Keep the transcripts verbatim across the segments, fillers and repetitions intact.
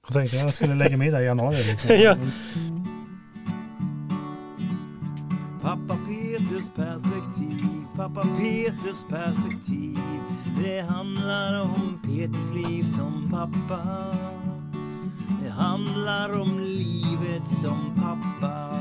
Jag tänkte jag skulle lägga med där i januari liksom. Ja. Pappa Peters perspektiv, pappa Peters perspektiv. Det handlar om Peters liv som pappa. Det handlar om livet som pappa.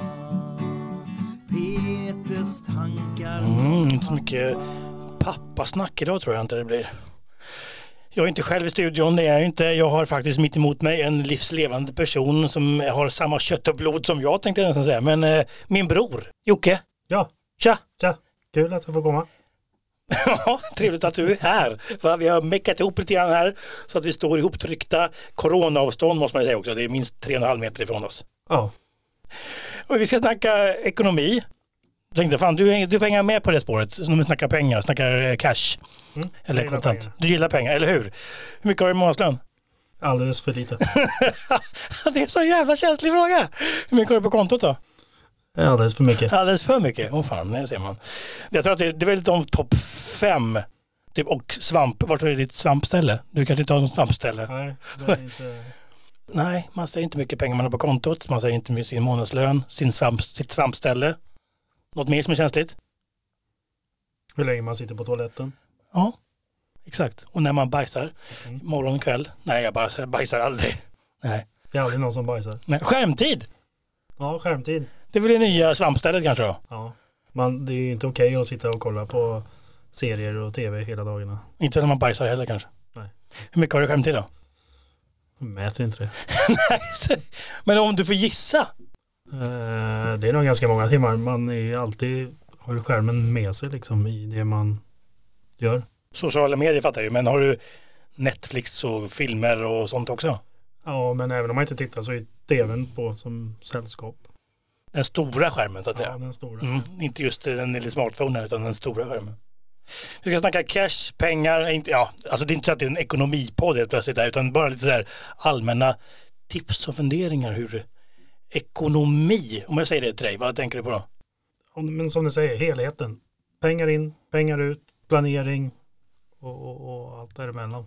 Peters tankar som Mm, inte så mycket pappasnack idag tror jag inte det blir. Jag är inte själv i studion, det är jag inte. Jag har faktiskt mitt emot mig en livslevande person som har samma kött och blod som jag, tänkte jag nästan säga. Men eh, min bror, Jocke. Ja, Tja! tja. Kul att jag får komma. Ja, trevligt att du är här. För vi har meckat ihop lite grann här så att vi står ihoptryckta. Coronaavstånd måste man säga också. Det är minst tre och en halv meter ifrån oss. Ja. Och vi ska snacka ekonomi. Jag tänkte, fan, du, du får hänga med på det spåret. Så när vi snackar pengar, snackar cash. Mm, Eller jag kontant. pengar. Du gillar pengar, eller hur? Hur mycket har du i månadslön? Alldeles för lite. Det är så jävla känslig fråga. Hur mycket har du på kontot då? Alldeles för mycket. Alldeles för mycket. Åh oh, fan, det ser man. Jag tror att det, det är väl de topp fem. Typ, och svamp. Vart är ditt svampställe? Du kanske inte har något svampställe? Nej, det är inte... Nej, man säger inte mycket pengar man har på kontot. Man säger inte mycket sin månadslön, sin svamp, sitt svampställe. Något mer som är känsligt? Hur länge man sitter på toaletten. Ja, exakt. Och när man bajsar, Mm. morgon och kväll. Nej, jag bajsar, bajsar aldrig. Nej. Det är aldrig någon som bajsar. Nej. Skärmtid! Ja, skärmtid. Det är väl det nya svampstället kanske då? Ja. Man, det är ju inte okej att sitta och kolla på serier och tv hela dagarna. Inte när man bajsar heller kanske. Nej. Hur mycket har du skärmtid då? Jag mäter inte det. Nej, men om du får gissa. Eh, det är nog ganska många timmar. Man är alltid, har ju skärmen med sig liksom i det man gör. Sociala medier fattar jag ju, men har du Netflix och filmer och sånt också? Ja, men även om man inte tittar så är tvn på som sällskap. Den stora skärmen så att Ja, säga. den stora. Mm, inte just den lilla smartphonen utan den stora skärmen. Vi ska snacka cash, pengar, inte, ja, alltså det är inte så att det är en ekonomipodd helt plötsligt där, utan bara lite så här allmänna tips och funderingar hur ekonomi, om jag säger det till dig, vad tänker du på då? Om- Men som du säger, helheten. Pengar in, pengar ut, planering och, och, och allt däremellan.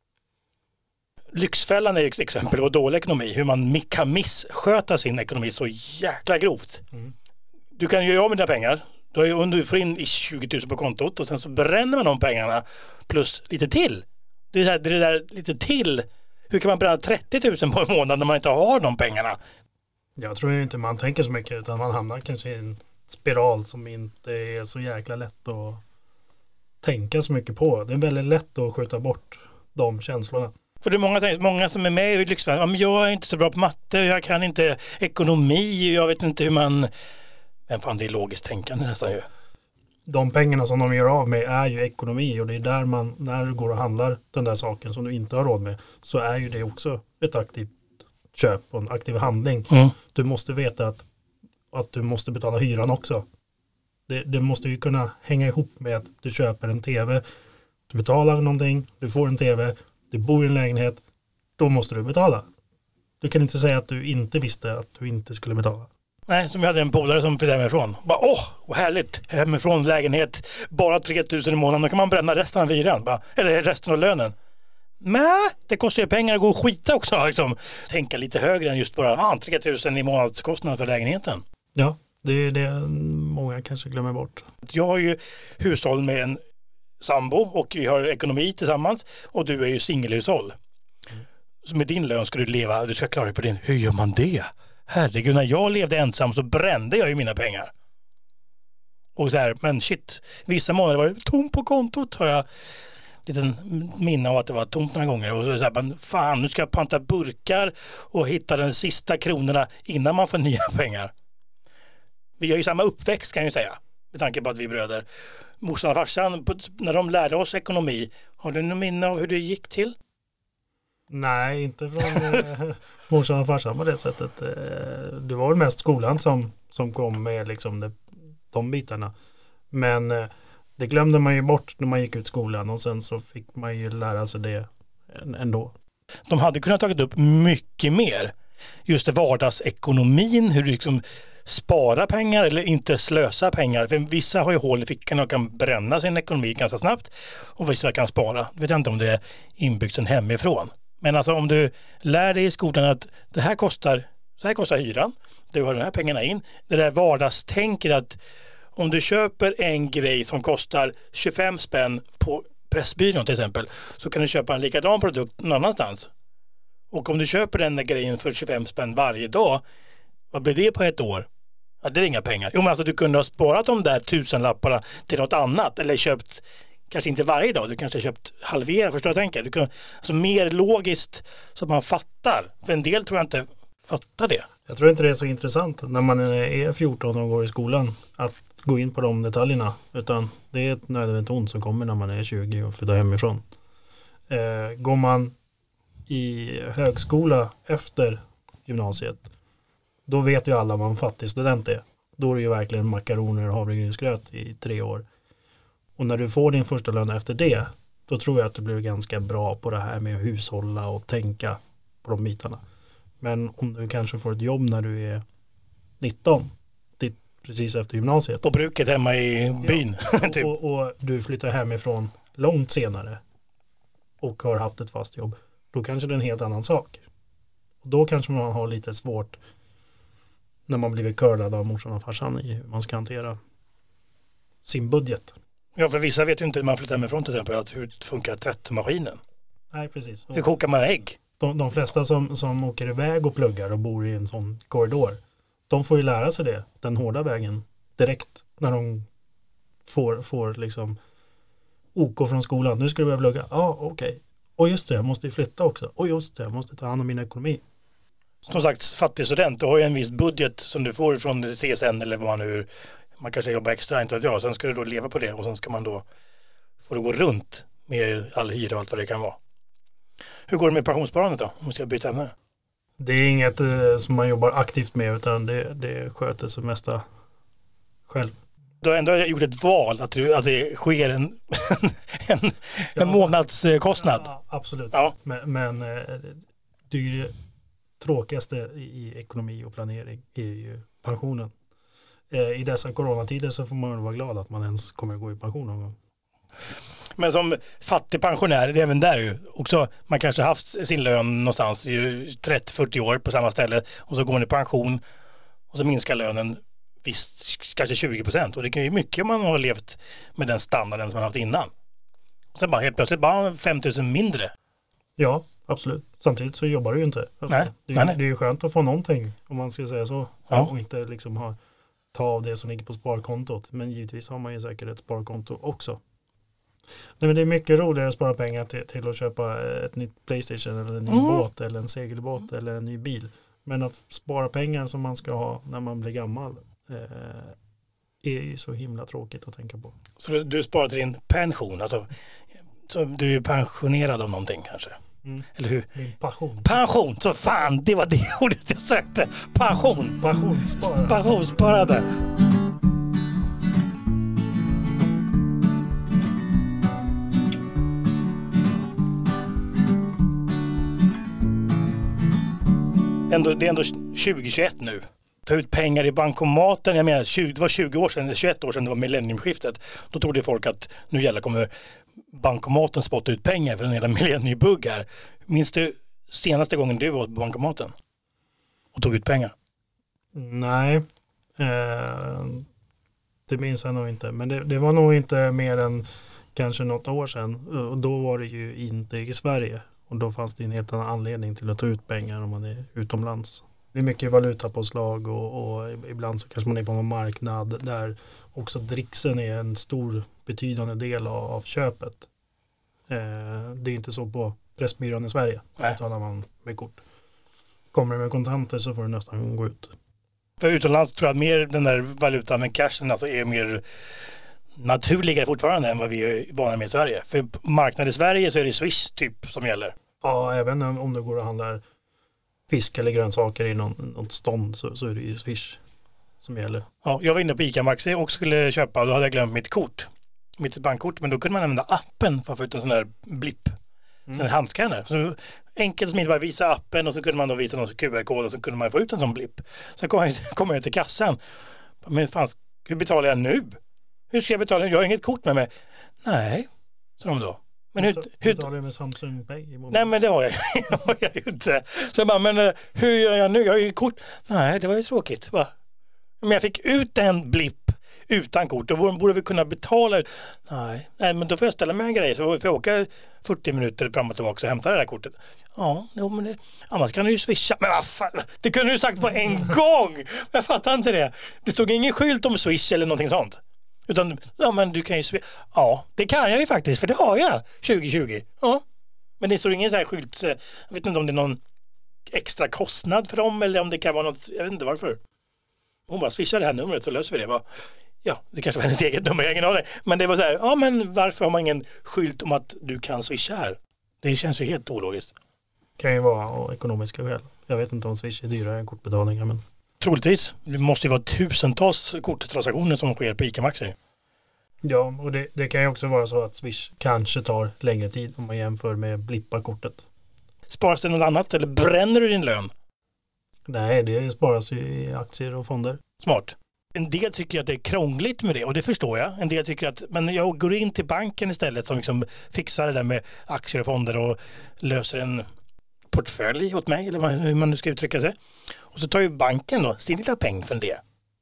Lyxfällan är ju ett exempel på dålig ekonomi, hur man kan missköta sin ekonomi så jäkla grovt. Mm. Du kan ju göra av med dina pengar, du har ju, om du får in i tjugo tusen på kontot och sen så bränner man de pengarna plus lite till. Det är det, här, det är det där lite till. Hur kan man bränna trettio tusen på en månad när man inte har de pengarna? Jag tror inte man tänker så mycket utan man hamnar kanske i en spiral som inte är så jäkla lätt att tänka så mycket på. Det är väldigt lätt att skjuta bort de känslorna. För det är många, många som är med i Lyxfällan, ja, men jag är inte så bra på matte, jag kan inte ekonomi, jag vet inte hur man... Men fan, det är logiskt tänkande nästan ju. De pengarna som de gör av med är ju ekonomi och det är där man, när du går och handlar den där saken som du inte har råd med, så är ju det också ett aktivt köp och en aktiv handling. Mm. Du måste veta att, att du måste betala hyran också. Det, det måste ju kunna hänga ihop med att du köper en tv, du betalar för någonting, du får en tv, du bor i en lägenhet, då måste du betala. Du kan inte säga att du inte visste att du inte skulle betala. Nej, som jag hade en polare som fick hemifrån. Bara, åh, vad härligt. Hemifrån, lägenhet, bara tre tusen i månaden. Då kan man bränna resten av hyran. Bara, eller resten av lönen. Nej, det kostar ju pengar att gå och skita också. Liksom. Tänka lite högre än just bara ah, tre tusen i månadskostnad för lägenheten. Ja, det är det många kanske glömmer bort. Jag har ju hushåll med en sambo och vi har ekonomi tillsammans. Och du är ju singelhushåll. Mm. Så med din lön ska du leva, du ska klara dig på din. Hur gör man det? Herregud, när jag levde ensam så brände jag ju mina pengar. Och så här, men shit, vissa månader var det tomt på kontot. Har jag liten minne av att det var tomt några gånger. Och så här, men fan, nu ska jag panta burkar och hitta den sista kronorna innan man får nya pengar. Vi har ju samma uppväxt kan jag ju säga, med tanke på att vi är bröder. Morsan och farsan, när de lärde oss ekonomi, har du någon minne av hur det gick till? Nej, inte från eh, morsan och farsan på det sättet. Eh, det var väl mest skolan som, som kom med liksom det, de bitarna. Men eh, det glömde man ju bort när man gick ut skolan och sen så fick man ju lära sig det ändå. De hade kunnat tagit upp mycket mer. Just det, vardagsekonomin, hur du liksom spara pengar eller inte slösa pengar. För vissa har ju hål i fickan och kan bränna sin ekonomi ganska snabbt och vissa kan spara. Jag vet inte om det är inbyggt sen hemifrån. Men alltså om du lär dig i skolan att det här kostar, så här kostar hyran, du har de här pengarna in. Det där vardagstänker att om du köper en grej som kostar tjugofem spänn på Pressbyrån till exempel, så kan du köpa en likadan produkt någon annanstans. Och om du köper den där grejen för tjugofem spänn varje dag, vad blir det på ett år? Ja, det är inga pengar. Jo, men alltså du kunde ha sparat de där tusenlapparna till något annat eller köpt, kanske inte varje dag, du kanske har köpt halvera, förstår jag tänker. Du kan, alltså mer logiskt så att man fattar. För en del tror jag inte fattar det. Jag tror inte det är så intressant när man är fjorton och går i skolan att gå in på de detaljerna, utan det är ett nödvändigt ont som kommer när man är tjugo och flyttar hemifrån. Eh, går man i högskola efter gymnasiet, då vet ju alla vad en fattig student är. Då är det ju verkligen makaroner och havregrynsgröt i tre år. Och när du får din första lön efter det, då tror jag att du blir ganska bra på det här med att hushålla och tänka på de bitarna. Men om du kanske får ett jobb när du är nitton, precis efter gymnasiet. På bruket hemma i byn. Ja, typ. och, och, och du flyttar hemifrån långt senare och har haft ett fast jobb. Då kanske det är en helt annan sak. Och då kanske man har lite svårt när man blivit curlad av morsan och farsan i hur man ska hantera sin budget. Ja, för vissa vet ju inte hur man flyttar hemifrån till exempel, att hur funkar tvättmaskinen. Nej, precis. Hur kokar man ägg? De, de flesta som, som åker iväg och pluggar och bor i en sån korridor, de får ju lära sig det, den hårda vägen, direkt när de får, får liksom OK från skolan. Nu ska du börja plugga. Ja, ah, okej. Okay. Och just det, jag måste ju flytta också. Och just det, jag måste ta hand om min ekonomi. Som sagt, fattig student, du har ju en viss budget som du får från C S N eller vad man nu, man kanske jobbar extra, inte vet jag. Sen ska du då leva på det och sen ska man då få det gå runt med all hyra och allt vad det kan vara. Hur går det med pensionssparandet då? Måste jag byta ämne? Det är inget eh, som man jobbar aktivt med, utan det, det sköter sig mesta själv. Du har ändå gjort ett val att, du, att det sker en, en, en ja. månadskostnad. Ja, absolut. Ja. Men, men det, är ju det tråkigaste i ekonomi och planering är ju pensionen. I dessa coronatider så får man vara glad att man ens kommer gå i pension någon gång. Men som fattig pensionär, det är även där ju också, man kanske haft sin lön någonstans i trettio till fyrtio år på samma ställe och så går man i pension och så minskar lönen visst kanske tjugo procent, och det kan ju mycket om man har levt med den standarden som man haft innan. Och sen bara helt plötsligt bara fem tusen mindre. Ja, absolut. Samtidigt så jobbar du ju inte. Alltså, nej, det, är, nej, nej. det är ju skönt att få någonting, om man ska säga så. Ja. Och inte liksom ha, ta av det som ligger på sparkontot. Men givetvis har man ju säkert ett sparkonto också. Nej, men det är mycket roligare att spara pengar till, till att köpa ett nytt PlayStation eller en ny mm. båt eller en segelbåt eller en ny bil. Men att spara pengar som man ska ha när man blir gammal eh, är ju så himla tråkigt att tänka på. Så du, du sparar till din pension, alltså så du är pensionerad av någonting kanske? Mm. Eller hur? Min passion. Pension, så fan, det var det ordet jag sökte. Pension. Pensionssparare. Pensionssparade. Ändå, det är ändå tjugo tjugoett nu. Ta ut pengar i bankomaten. Jag menar, tjugo, det var tjugo år sedan, eller tjugoett år sedan det var millenniumskiftet. Då trodde folk att nu jävlar kommer bankomaten spotta ut pengar för en hela millenniebugg här. Minns du senaste gången du var på bankomaten och tog ut pengar? Nej, eh, det minns jag nog inte. Men det, det var nog inte mer än kanske något år sedan. Och då var det ju inte i Sverige. Och då fanns det en helt annan anledning till att ta ut pengar om man är utomlands. Det är mycket valutapåslag och, och ibland så kanske man är på någon marknad där också dricksen är en stor betydande del av, av köpet. Eh, det är inte så på Pressbyrån i Sverige. Där betalar man med kort. Kommer det med kontanter så får du nästan gå ut. För utomlands tror jag mer den där valutan med cashen alltså är mer naturligare fortfarande än vad vi är vana med i Sverige. För på marknaden i Sverige så är det Swish typ som gäller. Ja, även om du går och handlar fisk eller grönsaker i någon, något stånd så, så är det ju Swish som gäller. Ja, jag var inne på ICA Maxi och skulle köpa och då hade jag glömt mitt kort. Mitt bankkort, men då kunde man använda appen för att få ut en sån där blipp. Mm. Sån handscanner. Så enkelt som inte bara visa appen och så kunde man då visa någon Q R-kod och så kunde man få ut en sån blipp. Sen kom jag, kom jag till kassan. Men fan, hur betalar jag nu? Hur ska jag betala? Jag har inget kort med mig. Nej, sa de då. Men hur, hur, hur tar du med Samsung Pay i mobilen? nej men det har jag, det har jag ju inte. Så jag bara, men eh, hur gör jag nu? Jag har ju kort. Nej, det var ju tråkigt. Va? Men jag fick ut en blipp utan kort. Då borde vi kunna betala ut. Nej, nej, men då får jag ställa mig en grej. Så får jag åka fyrtio minuter fram och tillbaka och hämta det där kortet. Ja, jo, men det, annars kan du ju swisha. Men vad fan, det kunde du sagt på en gång. Jag fattar inte det. Det stod ingen skylt om swish eller någonting sånt. Utan, ja men du kan ju swisha. Ja, det kan jag ju faktiskt, för det har jag tjugo tjugo. Ja. Men det står ingen så här skylt. Jag vet inte om det är någon extra kostnad för dem eller om det kan vara något, jag vet inte varför. Hon bara swishar det här numret så löser vi det. Bara, ja, det kanske var hennes eget nummer, jag har ingen aning. Men det var så här, ja men varför har man ingen skylt om att du kan swisha här? Det känns ju helt ologiskt. Kan ju vara av ekonomiska skäl. Jag vet inte om Swish är dyrare än kortbetalningar, men... Troligtvis. Det måste ju vara tusentals korttransaktioner som sker på ICA Maxi. Ja, och det, det kan ju också vara så att Swish kanske tar längre tid om man jämför med blippa-kortet. Sparas det något annat eller bränner du din lön? Nej, det sparas ju i aktier och fonder. Smart. En del tycker att det är krångligt med det och det förstår jag. En del tycker att men jag går in till banken istället som liksom fixar det där med aktier och fonder och löser en portfölj åt mig eller hur man nu ska uttrycka sig. Och så tar ju banken då sin lilla peng för det.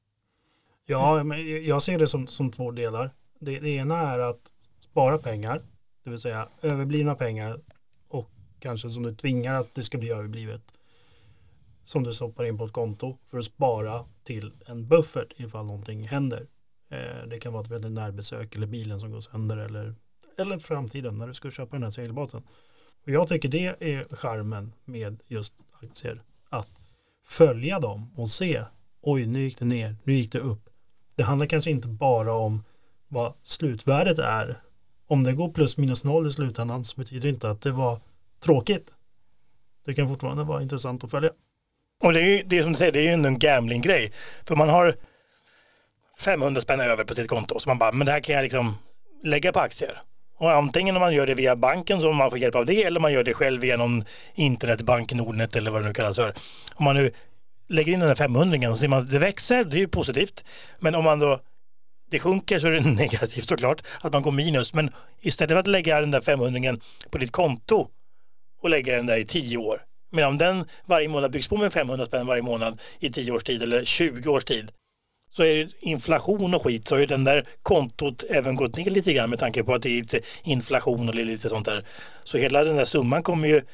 Ja, men jag ser det som, som två delar. Det, det ena är att spara pengar, det vill säga överblivna pengar och kanske som du tvingar att det ska bli överblivet. Som du stoppar in på ett konto för att spara till en buffert ifall någonting händer. Eh, det kan vara ett veterinärbesök eller bilen som går sönder eller, eller framtiden när du ska köpa den här segelbåten. Och jag tycker det är charmen med just aktier. Att följa dem och se, oj nu gick det ner, nu gick det upp. Det handlar kanske inte bara om vad slutvärdet är. Om det går plus minus noll i slutändan så betyder det inte att det var tråkigt. Det kan fortfarande vara intressant att följa. Och det är ju det är som du säger, det är ju en gambling-grej. För man har femhundra spänn över på sitt konto. Så man bara, men det här kan jag liksom lägga på aktier. Och antingen om man gör det via banken så man får hjälp av det. Eller man gör det själv via någon internetbank, Nordnet eller vad det nu kallas för. Om man nu lägger in den här femhundringen och ser man att det växer, det är ju positivt. Men om man då, det sjunker så är det negativt såklart. Att man går minus. Men istället för att lägga den där femhundringen på ditt konto och lägga den där i tio år. Men om den varje månad byggs på med femhundra spänn varje månad i tio års tid eller tjugo års tid så är ju inflation och skit så har ju den där kontot även gått ner lite grann med tanke på att det är lite inflation och lite sånt där. Så hela den där summan kommer ju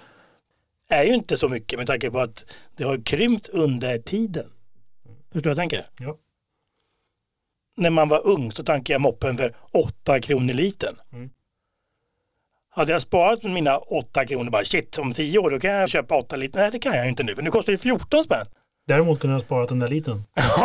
är ju inte så mycket med tanke på att det har krympt under tiden. Förstår du vad jag tänker? Ja. När man var ung så tankade jag moppen för åtta kronor liten. Mm. Hade jag sparat med mina åtta kronor bara shit, om tio år då kan jag köpa åtta liter. Nej, det kan jag inte nu för nu kostar det fjorton spänn. Däremot kunde jag spara den där liten.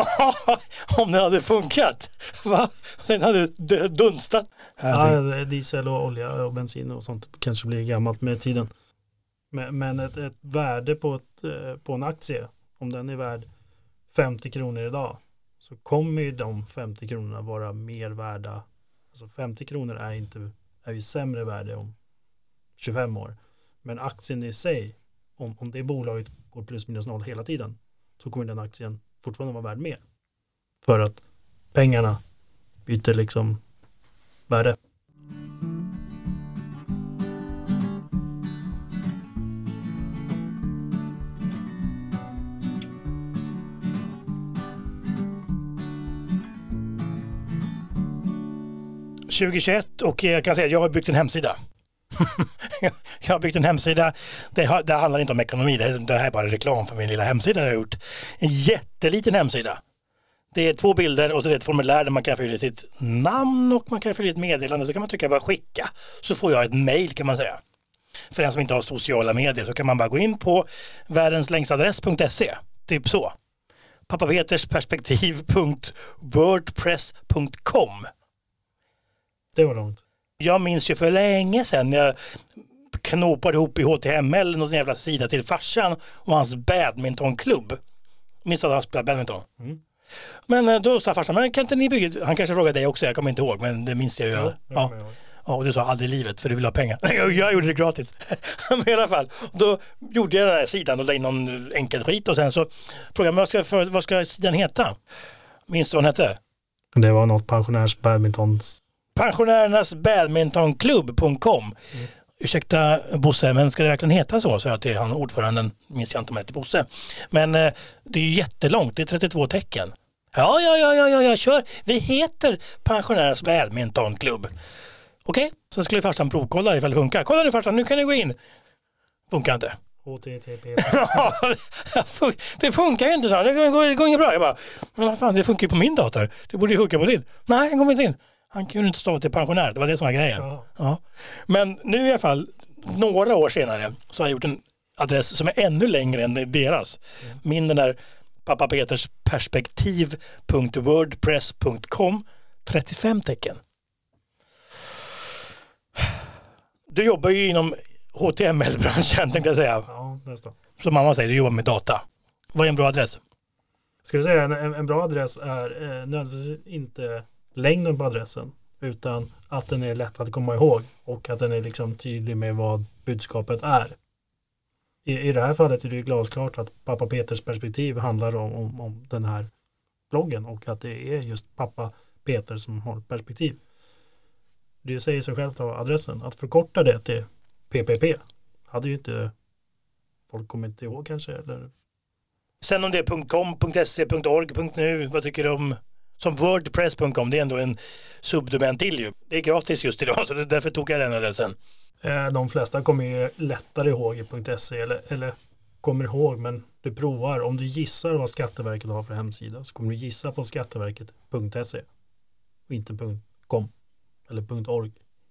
Om den hade funkat. Va? Den hade dunstat. Ja, diesel och olja och bensin och sånt kanske blir gammalt med tiden. Men, men ett, ett värde på, ett, på en aktie, om den är värd femtio kronor idag så kommer ju de femtio kronorna vara mer värda. Alltså femtio kronor är, inte, är ju sämre värde om tjugofem år. Men aktien i sig, om, om det bolaget går plus minus noll hela tiden så kommer den aktien fortfarande vara värd mer. För att pengarna byter liksom värde. tjugohundratjugoett och jag kan säga att jag har byggt en hemsida. Jag har byggt en hemsida. Det, har, det handlar inte om ekonomi. Det, det här är bara reklam för min lilla hemsida jag har gjort. En jätteliten hemsida. Det är två bilder och så är det ett formulär där man kan fylla sitt namn och man kan fylla ett meddelande. Så kan man trycka bara skicka. Så får jag ett mejl kan man säga. För den som inte har sociala medier så kan man bara gå in på världenslängstadress punkt se. Typ så. pappapetersperspektiv punkt wordpress punkt com. Det var långt. Jag minns ju för länge sedan när jag knopade ihop i H T M L någon jävla sida till farsan och hans badmintonklubb. Minns att han spelade badminton. Mm. Men då sa farsan, men kan inte ni bygga? Han kanske frågade dig också, jag kommer inte ihåg, men det minns jag ju. Ja, ja. Ja, och du sa aldrig i livet för du vill ha pengar. Jag gjorde det gratis. Men i alla fall, då gjorde jag den här sidan och la in någon enkel skit och sen så frågade jag, vad ska, för, vad ska sidan heta? Minns du vad den hette? Det var något pensionärs badminton Pensionärernas badmintonklubb punkt com. Mm. Ursäkta Bosse, men ska det verkligen heta så? Så jag till han ordföranden, minns jag inte med till Bosse. Men eh, det är ju jättelångt, det är trettiotvå tecken. Ja, ja, ja, ja, ja, jag kör. Vi heter Pensionärernas badmintonklubb. Okej, okay. Sen skulle farsan provkolla ifall det funkar. Kolla nu farsan, nu kan ni gå in. Funkar inte. H T T P. Det funkar ju inte så. Det går, det går inget bra. Jag bara, men vad fan, det funkar ju på min dator. Det borde ju funka på din. Nej, han kommer inte in. Han kunde inte stava till pensionär. Det var det som var grejen. Ja. Ja. Men nu i alla fall, några år senare, så har jag gjort en adress som är ännu längre än deras. Mm. Min den där pappapetersperspektiv punkt wordpress punkt com, trettiofem tecken. Du jobbar ju inom H T M L-branschen, tänkte jag säga. Ja, nästan. Som mamma säger, du jobbar med data. Vad är en bra adress? Ska vi säga, en, en bra adress är eh, nödvändigtvis inte längden på adressen, utan att den är lätt att komma ihåg och att den är liksom tydlig med vad budskapet är. I, i det här fallet är det ju glasklart att pappa Peters perspektiv handlar om, om, om den här bloggen och att det är just pappa Peter som har perspektiv. Det säger sig självt av adressen. Att förkorta det till P P P hade ju inte folk kommit inte ihåg kanske. Eller? Sen om det är .com, .se, .org, .nu, vad tycker du om som wordpress punkt com? Det är ändå en subdomän till ju. Det är gratis just idag, så därför tog jag den adressen. De flesta kommer ju lättare ihåg i .se eller, eller kommer ihåg, men du provar. Om du gissar vad Skatteverket har för hemsida så kommer du gissa på skatteverket punkt se och inte .com eller .org.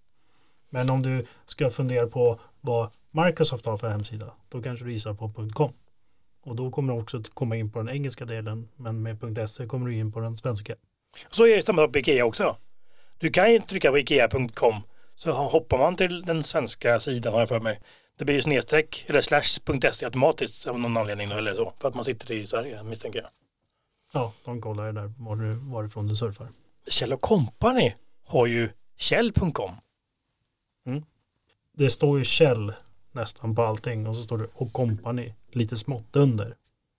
Men om du ska fundera på vad Microsoft har för hemsida, då kanske du gissar på .com. Och då kommer du också komma in på den engelska delen, men med .se kommer du in på den svenska. Så är det samma på Ikea också. Du kan ju trycka på ikea punkt com så hoppar man till den svenska sidan, har jag för mig. Det blir ju snedstreck eller slash .se automatiskt av någon anledning eller så, för att man sitter i Sverige, misstänker jag. Ja, de kollar ju där var du, varifrån du surfar. Kjell och Company har ju kjell punkt com. Mm. Det står ju Kjell nästan på allting och så står det och Company lite smått under.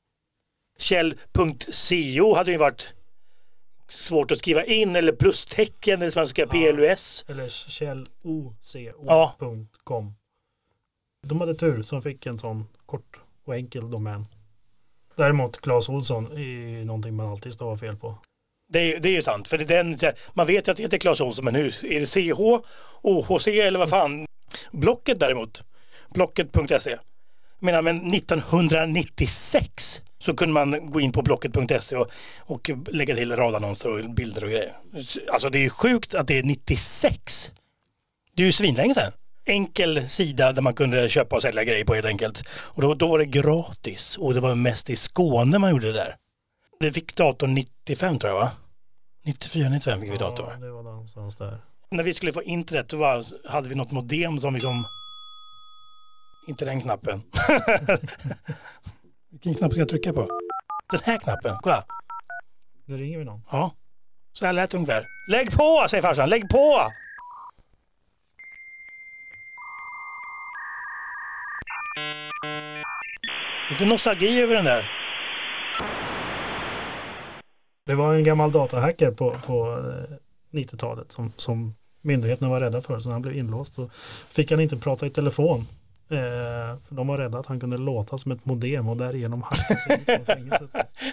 Kjell punkt co hade ju varit svårt att skriva in, eller plustecken eller som man ska P L U S. Ja, eller kjell o c o punkt com. Ja. De hade tur som fick en sån kort och enkel domän. Däremot Claes Olsson är någonting man alltid stavar fel på. Det är, det är ju sant, för det är den, man vet att det heter Claes Olsson, men nu är det C H, O H C eller vad fan. Blocket däremot, blocket punkt se. Jag menar, men nittonhundranittiosex så kunde man gå in på blocket punkt se och, och lägga till radannonser och bilder och grejer. Alltså det är ju sjukt att det är nittiosex. Det är ju svinlänge sedan. Enkel sida där man kunde köpa och sälja grejer på helt enkelt. Och då, då var det gratis och det var mest i Skåne man gjorde det där. Det fick datorn nittiofem tror jag, va? nittiofyra nittiofem fick vi dator. Ja, det var någonstans där. När vi skulle få internet så var, hade vi något modem som liksom... Inte den knappen. Vilken knapp ska jag trycka på? Den här knappen, kolla. Nu ringer vi någon. Ja, så här lät det ungefär. Lägg på, säger farsan, lägg på! Lite nostalgi över den där. Det var en gammal datahacker på, på nittiotalet som, som myndigheterna var rädda för, så när han blev inlåst så fick han inte prata i telefon. Eh, för de var rädda att han kunde låta som ett modem och därigenom hacka sig ut från fängelset.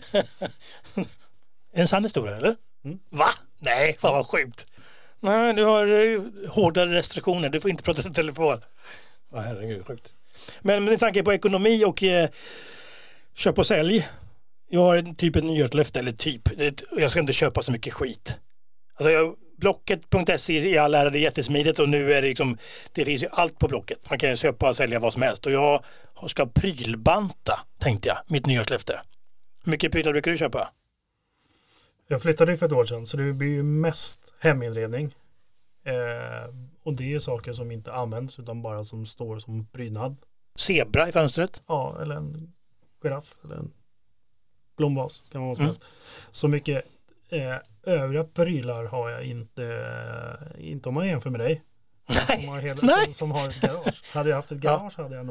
En sann historia, eller? Mm. Va? Nej, fan vad sjukt. Nej, du har uh, hårdare restriktioner. Du får inte prata i telefon. Ja, herregud, sjukt. Men med tanke på ekonomi och uh, köp och sälj. Jag har typ ett nyårslöfte, eller typ. Det, jag ska inte köpa så mycket skit. Alltså jag... blocket punkt se i all ära, det är jättesmidigt och nu är det liksom, det finns ju allt på Blocket. Man kan ju köpa och sälja vad som helst och jag ska prylbanta, tänkte jag, mitt nyårslöfte. Hur mycket prylar brukar du köpa? Jag flyttade för ett år sedan så det blir ju mest heminredning. Eh, och det är saker som inte används utan bara som står som prydnad. Zebra i fönstret? Ja, eller en giraff eller en blomvas kan man vara som mm. helst. Så mycket eh, övriga prylar har jag inte, inte om man jämför med dig. Nej. Som har, hela, Nej. som, som har ett garage. Hade jag haft ett garage ja. hade jag nog haft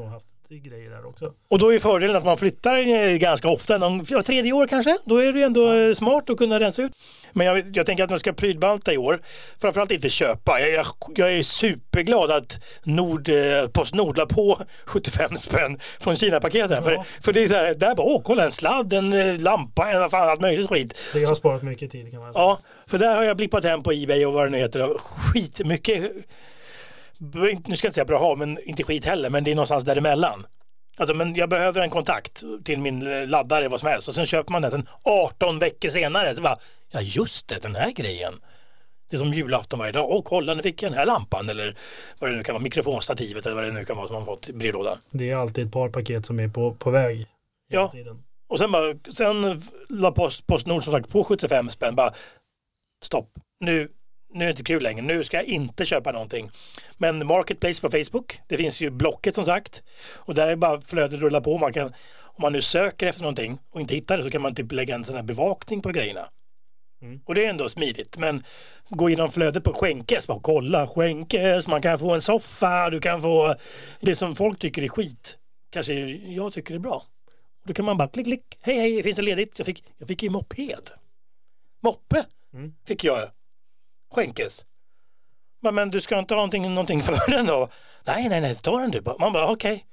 grejer där också. Och då är fördelen att man flyttar eh, ganska ofta, någon, ja, tredje år kanske. Då är det ändå ja. smart att kunna rensa ut. Men jag, jag tänker att man ska prydbanta i år. Framförallt inte köpa. Jag, jag, jag är superglad att Nord, eh, Postnord la på sjuttiofem spänn från Kina-paketet. Ja. För, för det är så här, där bara, åh, kolla en sladd, en eh, lampa, en fan, allt möjligt skit. Det har sparat mycket tid kan man säga. Ja, för där har jag blippat hem på eBay och vad det nu heter. Skit mycket. Nu ska jag inte säga bra ha, men inte skit heller, men det är någonstans däremellan. Alltså, men jag behöver en kontakt till min laddare, vad som helst, och sen köper man den sen arton veckor senare. Så bara, ja just det, den här grejen. Det är som julafton varje dag. Åh, kolla, nu fick jag den här lampan, eller vad det nu kan vara, mikrofonstativet, eller vad det nu kan vara som man fått i brevlådan. Det är alltid ett par paket som är på, på väg. Ja, tiden. Och sen bara, sen la post, Postnord som sagt på sjuttiofem spänn, bara stopp, nu Nu är det inte kul längre. Nu ska jag inte köpa någonting. Men Marketplace på Facebook. Det finns ju Blocket som sagt. Och där är bara flödet rulla på. Man kan, om man nu söker efter någonting och inte hittar det, så kan man typ lägga en sån här bevakning på grejerna. Mm. Och det är ändå smidigt. Men gå inom flödet på Schenkes. Bara kolla Schenkes. Man kan få en soffa. Du kan få det som folk tycker är skit. Kanske jag tycker är bra. Då kan man bara klick, klick. Hej, hej, finns det ledigt? Jag fick, jag fick ju moped. Moppe mm. fick jag. Schenkes. Men, men du ska inte ha någonting, någonting för den då? Nej, nej, nej, ta den du. Man bara, okej. Okay.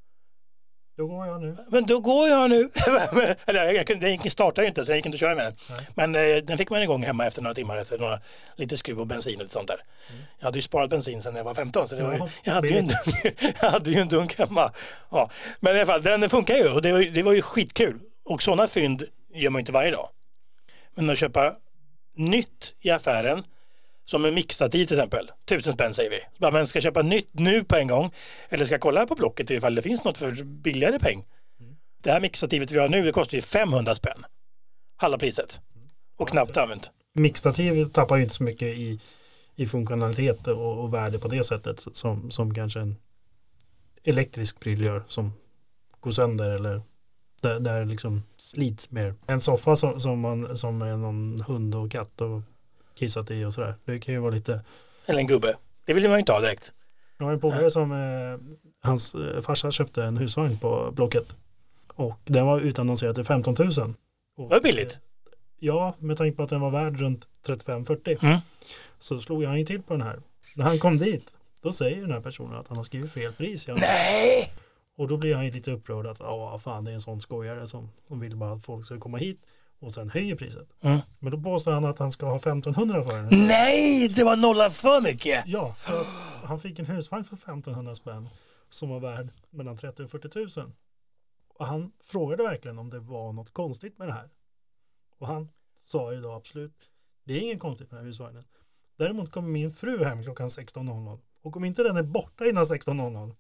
Då går jag nu. Men då går jag nu. Eller jag, jag, den startade ju inte, så jag gick inte att köra med den. Nej. Men eh, den fick man igång hemma efter några timmar, efter några, lite skruv och bensin och lite sånt där. Mm. Jag hade ju sparat bensin sedan jag var femton, så det var ju, jag, hade ju en, jag hade ju en dunk hemma. Ja. Men i alla fall, den funkar ju, och det var, det var ju skitkul. Och sådana fynd gör man inte varje dag. Men att köpa nytt i affären, som en mixtativ till exempel, tusen spänn säger vi. Bara, men ska jag köpa nytt nu på en gång, eller ska jag kolla på Blocket ifall det finns något för billigare peng. Mm. Det här mixtativet vi har nu, det kostar ju femhundra spänn. Halva priset. Och ja, knappt använt. Mixtativ tappar ju inte så mycket i, i funktionalitet och, och värde på det sättet som, som kanske en elektrisk pryl gör, som går sönder eller där, där liksom slits mer. En soffa som, som, man, som är någon hund och katt och kissat i och sådär. Det kan ju vara lite... Eller en gubbe. Det vill man ju inte ha direkt. Jag har en polare som eh, hans eh, farsa köpte en husvagn på Blocket. Och den var utannonserad till femton tusen. Och, det var billigt. Eh, ja, med tanke på att den var värd runt trettiofem fyrtio. Mm. Så slog han ju till på den här. När han kom dit, då säger den här personen att han har skrivit fel pris. Nej! Och då blir han ju lite upprörd att ja, fan, det är en sån skojare som, som vill bara att folk ska komma hit och sen höjer priset. Mm. Men då påstår han att han ska ha femtonhundra för den. Nej, det var nolla för mycket. Ja, så han fick en husvagn för femtonhundra spänn som var värd mellan trettio och fyrtio tusen. Och han frågade verkligen om det var något konstigt med det här. Och han sa ju då absolut, det är inget konstigt med den här husvagnen. Däremot kommer min fru hem klockan sexton noll noll. Och om inte den är borta innan sexton noll noll,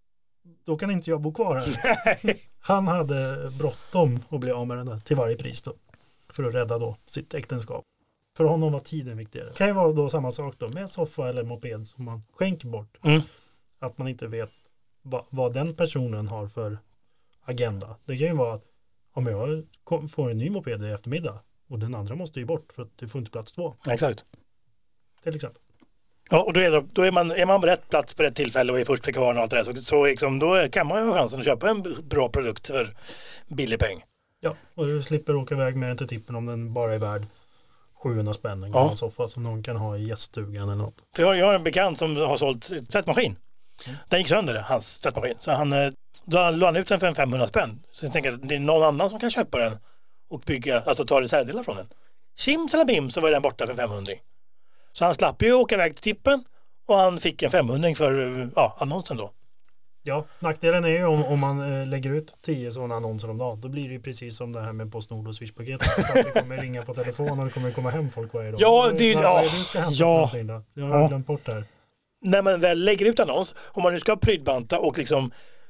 då kan inte jag bo kvar här. Han hade bråttom att bli av med den där till varje pris då. För att rädda då sitt äktenskap. För honom var tiden viktigare. Det kan ju vara då samma sak då med soffa eller moped som man skänker bort. Mm. Att man inte vet vad, vad den personen har för agenda. Det kan ju vara att om jag får en ny moped i eftermiddag och den andra måste ju bort för att du får inte plats två. Exakt. Till exempel. Ja, och då är, då är, man, är man på rätt plats på rätt tillfälle och är först till kvarn och allt det där, så, så liksom, då kan man ju ha chansen att köpa en bra produkt för billig peng. Ja, och du slipper åka iväg med den till tippen om den bara är värd sjuhundra spänn. En ja. soffa som någon kan ha i gäststugan eller något. För jag, jag har en bekant som har sålt tvättmaskin. Mm. Den gick sönder, hans tvättmaskin. Så han, då la han ut den för en femhundra spänn. Så jag tänker att det är någon annan som kan köpa den och bygga, alltså ta reservdelar från den. Sims eller bim, så var den borta för femhundra. Så han slapp ju åka iväg till tippen och han fick en femhundra för ja, annonsen då. Ja, nackdelen är ju om, om man äh, lägger ut tio sådana annonser om dagen. Då blir det ju precis som det här med Postnord och Swish-paketet. Att det kommer ringa på telefon och det kommer komma hem folk varje dag. Ja, det är ju... Ja, det ska hämta ja, då? Jag har ja. glömt bort det här. När man väl lägger ut annons, om man nu ska prydbanta och liksom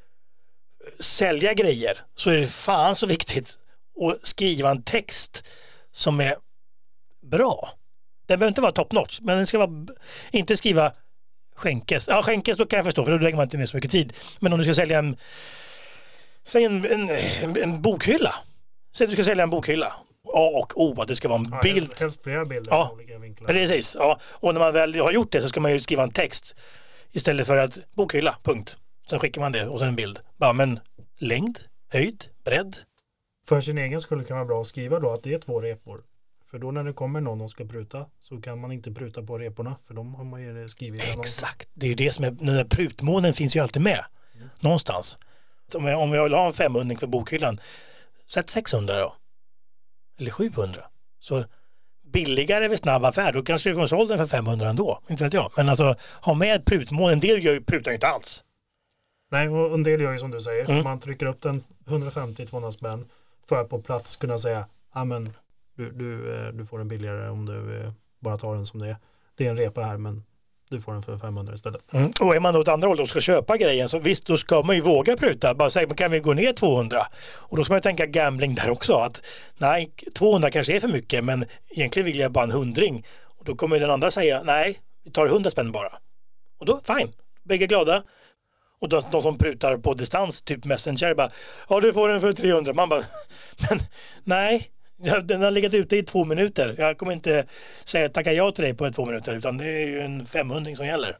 sälja grejer, så är det fan så viktigt att skriva en text som är bra. Den behöver inte vara top notch, men den ska vara, inte skriva Schenkes. Ja, Schenkes då kan jag förstå, för då lägger man inte ner så mycket tid. Men om du ska sälja en säg en, en, en, en bokhylla. Säg att du ska sälja en bokhylla. A och O, att det ska vara en ja, bild. Helst flera bilder ja, på olika vinklar. Precis, ja. Och när man väl har gjort det så ska man ju skriva en text istället för att bokhylla, punkt. Sen skickar man det och sen en bild. Bara, men längd, höjd, bredd. För sin egen skull kan det vara bra att skriva då att det är två repor. För då när det kommer någon och ska pruta så kan man inte pruta på reporna. För de har man ju skrivit. Exakt, det är ju det som är, den där prutmånen finns ju alltid med. Mm. Någonstans. Om jag, om jag vill ha en femhundring för bokhyllan, sätt sexhundra då. Eller sjuhundra. Så billigare vid snabb affär, då kanske du får såld den för femhundra ändå. Inte vet jag. Men alltså, ha med prutmån, en del gör ju prutar inte alls. Nej, och en del gör ju som du säger. Mm. Man trycker upp den hundrafemtio till tvåhundra spänn för att på plats kunna säga, ja men du, du, du får den billigare om du bara tar den som det är. Det är en repa här, men du får den för femhundra istället. Mm. Och är man då åt andra hållet och ska köpa grejen, så visst, då ska man ju våga pruta. Bara säga, kan vi gå ner tvåhundra? Och då ska man ju tänka gambling där också. Att nej, tvåhundra kanske är för mycket, men egentligen vill jag bara en hundring. Och då kommer den andra säga, nej, vi tar hundra spänn bara. Och då, fine, bägge glada. Och de, de som prutar på distans, typ Messenger, bara, ja du får den för trehundra. Man bara, men nej, den har legat ute i två minuter. Jag kommer inte säga tacka ja till dig på två minuter, utan det är ju en femhundring som gäller.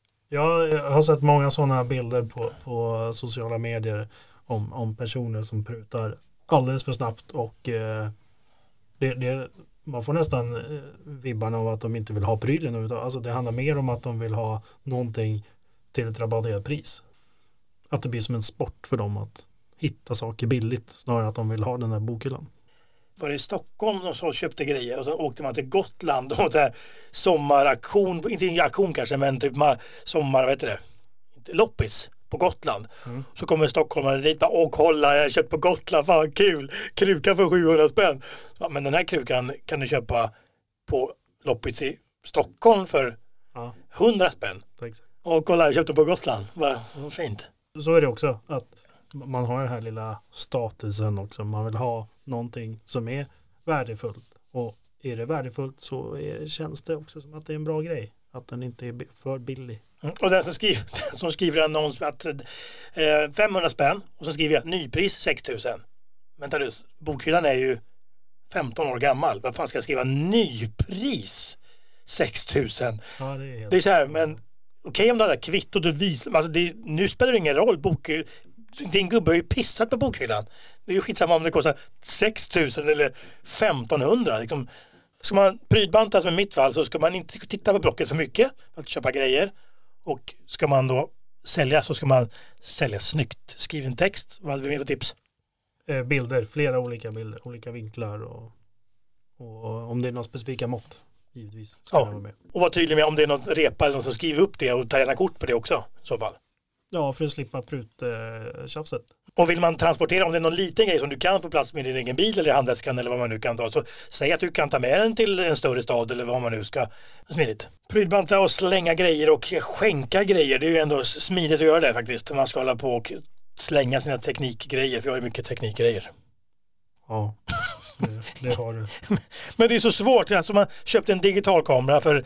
Jag har sett många sådana bilder på, på sociala medier om, om personer som prutar alldeles för snabbt och eh, det, det, man får nästan eh, vibbarna av att de inte vill ha prylen. Alltså det handlar mer om att de vill ha någonting till ett rabatterat pris. Att det blir som en sport för dem att hitta saker billigt snarare än att de vill ha den här bokhyllan. Var det i Stockholm de så köpte grejer och så åkte man till Gotland och där sommaraktion, inte en aktion kanske, men typ sommar, vet du det, loppis på Gotland. Mm. Så kommer stockholmare dit bara, åh kolla, jag har köpt på Gotland, fan kul, kruka för sjuhundra spänn. Ja, men den här krukan kan du köpa på loppis i Stockholm för ja. hundra spänn. Exakt. Och kolla, jag köpte på Gotland, vad fint. Så är det också, att man har den här lilla statusen också. Man vill ha någonting som är värdefullt. Och är det värdefullt så är, känns det också som att det är en bra grej. Att den inte är för billig. Mm. Och den som skriver, som skriver en annons att eh, femhundra spänn och så skriver jag nypris sex tusen. Vänta du, bokhyllan är ju femton år gammal. Vad fan ska jag skriva nypris sex tusen? Ja, det är helt... Det är så här, men okej okay, om du hade kvittot och visar, alltså det, nu spelar det ingen roll, bokhyll, din gubbe har ju pissat på bokhyllan. Det är ju skitsamma om det kostar sex tusen eller femtonhundra. Liksom, ska man prydbanta som i mitt fall så ska man inte titta på blocket för mycket för att köpa grejer. Och ska man då sälja så ska man sälja snyggt. Skriv en text, vad hade vi med för tips? Eh, bilder, flera olika bilder, olika vinklar och, och, och om det är några specifika mått. Givetvis ska ja. Med. Och var tydlig med om det är något repa eller någon som skriver upp det och tar gärna kort på det också i så fall. Ja, för att slippa pruttjafset. Eh, och vill man transportera, om det är någon liten grej som du kan få plats med din egen bil eller handväskan eller vad man nu kan ta, så säg att du kan ta med den till en större stad eller vad man nu ska. Smidigt. Prydbanta och slänga grejer och skänka grejer, det är ju ändå smidigt att göra det faktiskt. Man ska hålla på och slänga sina teknikgrejer, för jag har ju mycket teknikgrejer. Ja. Det, det har du. Men det är så svårt. Alltså man köpte en digitalkamera för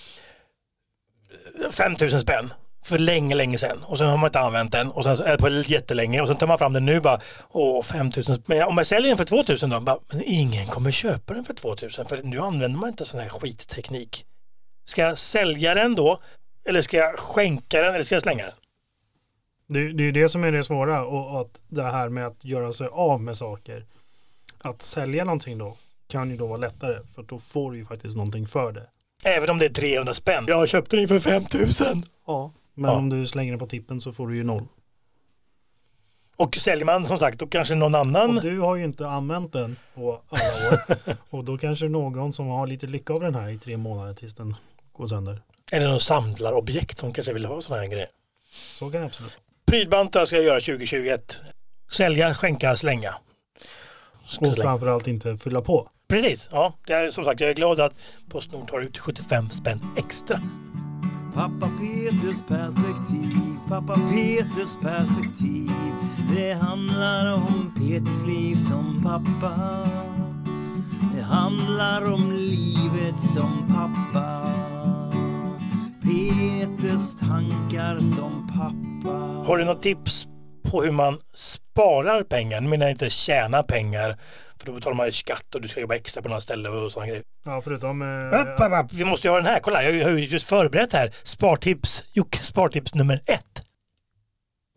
fem tusen spänn för länge, länge sedan. Och sen har man inte använt den. Och sen är det på jättelänge. Och sen tar man fram den nu bara, åh, fem tusen spänn. Men om jag säljer den för två tusen då, bara, men ingen kommer köpa den för två tusen. För nu använder man inte sån här skitteknik. Ska jag sälja den då? Eller ska jag skänka den? Eller ska jag slänga den? Det, det är det som är det svåra. Och att det här med att göra sig av med saker. Att sälja någonting då kan ju då vara lättare, för då får du ju faktiskt någonting för det. Även om det är trehundra spänn. Jag köpte den för fem tusen. Ja, men ja. Om du slänger den på tippen så får du ju noll. Och säljer man som sagt då kanske någon annan. Och du har ju inte använt den på alla år. Och då kanske någon som har lite lycka av den här i tre månader tills den går sönder. Eller någon samlarobjekt som kanske vill ha såna här grejer. Så kan det absolut. Prydbantar ska jag göra tjugo tjugoett. Sälja, skänka, slänga. Och framförallt inte fylla på. Precis, ja. Det är, som sagt, jag är glad att Postnord tar ut sjuttiofem spänn extra. Pappa Peters perspektiv, pappa Peters perspektiv. Det handlar om Peters liv som pappa. Det handlar om livet som pappa. Peters tankar som pappa. Har du något tips på hur man sparar pengar? Nu menar jag inte tjäna pengar, för då betalar man ju skatt och du ska jobba extra på några ställen och sådana grejer. Ja, förutom... Eh, upp, upp, upp. Vi måste ju ha den här, kolla, jag har ju just förberett här. Spartips, Jocke, spartips nummer ett.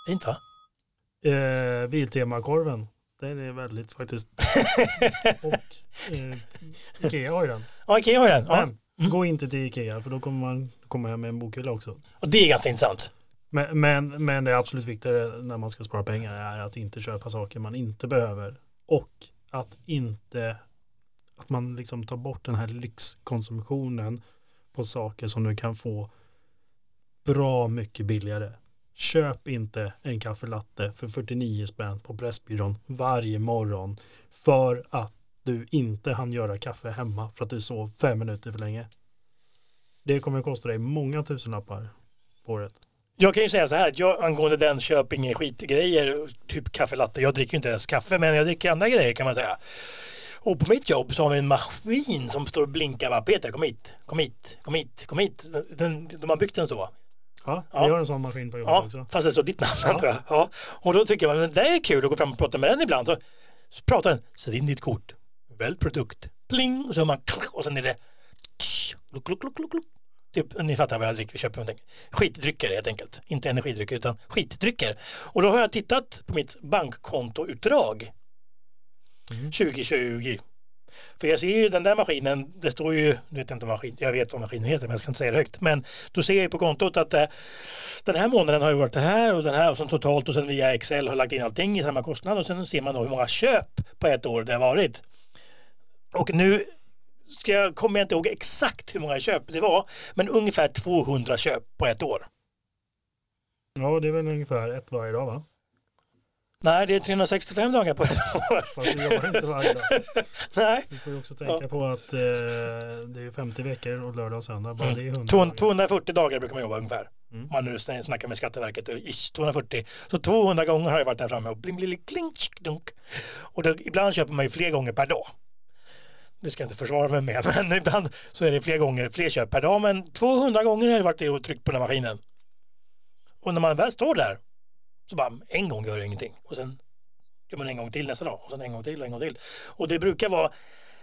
Fint va? Eh, Biltema-korven. Den är väldigt faktiskt. Och eh, Ikea har ju den. Ja, Ikea har den. Ja. Men mm. gå inte till Ikea för då kommer man komma hem med en bokhylla också. Och det är ganska intressant. Men, men, men det är absolut viktigare när man ska spara pengar är att inte köpa saker man inte behöver. Och att inte att man liksom tar bort den här lyxkonsumtionen på saker som du kan få bra mycket billigare. Köp inte en kaffelatte för fyrtionio spänn på Pressbyrån varje morgon för att du inte hann göra kaffe hemma för att du sov fem minuter för länge. Det kommer att kosta dig många tusenlappar på året. Jag kan ju säga så här, att jag angående den köp inga skitgrejer, typ kaffelatte, jag dricker inte ens kaffe men jag dricker andra grejer kan man säga. Och på mitt jobb så har vi en maskin som står och blinkar bara, Peter kom hit, kom hit, kom hit, kom hit. Den, de har byggt den så. Ja, vi ja. har en sån maskin på jobbet ja, också. Fast det står ditt namn ja. tror jag. Ja. Och då tycker man, men det är kul att gå fram och prata med den ibland. Så, så pratar den, sätt in ditt kort, välj produkt, pling, och så hör man, och sen är det tsch, luk, luk, luk, luk, luk. Typ, ni fattar vad jag dricker, köper någonting. Skitdrycker helt enkelt. Inte energidrycker utan skitdrycker. Och då har jag tittat på mitt bankkontoutdrag mm. tjugo tjugo. För jag ser ju den där maskinen, det står ju, jag vet inte vad maskin, jag vet vad maskinen heter men jag ska inte säga det högt. Men då ser jag på kontot att eh, den här månaden har ju varit det här och den här och sen totalt och sen via Excel har lagt in allting i samma kostnad och sen ser man då hur många köp på ett år det har varit. Och nu ska jag, kommer jag inte ihåg exakt hur många köp det var, men ungefär tvåhundra köp på ett år. Ja, det är väl ungefär ett varje dag va? Nej, det är trehundrasextiofem dagar på ett år. Fast du jobbar inte varje dag. Nej. Du får ju också tänka ja. på att eh, det är femtio veckor och lördag och söndag. Bara mm. det är hundra dagar. tvåhundrafyrtio dagar brukar man jobba ungefär. Mm. Man nu snackar med Skatteverket. Ish, tvåhundrafyrtio. Så tvåhundra gånger har jag varit där framme och bling, bling, kling, dunk. Och då, ibland köper man ju fler gånger per dag. Det ska jag inte försvara mig med, men ibland så är det fler gånger, fler köp per dag. Men tvåhundra gånger har jag varit och tryckt på den här maskinen. Och när man väl står där så bara en gång gör det ingenting. Och sen gör man en gång till nästa dag. Och sen en gång till och en gång till. Och det brukar vara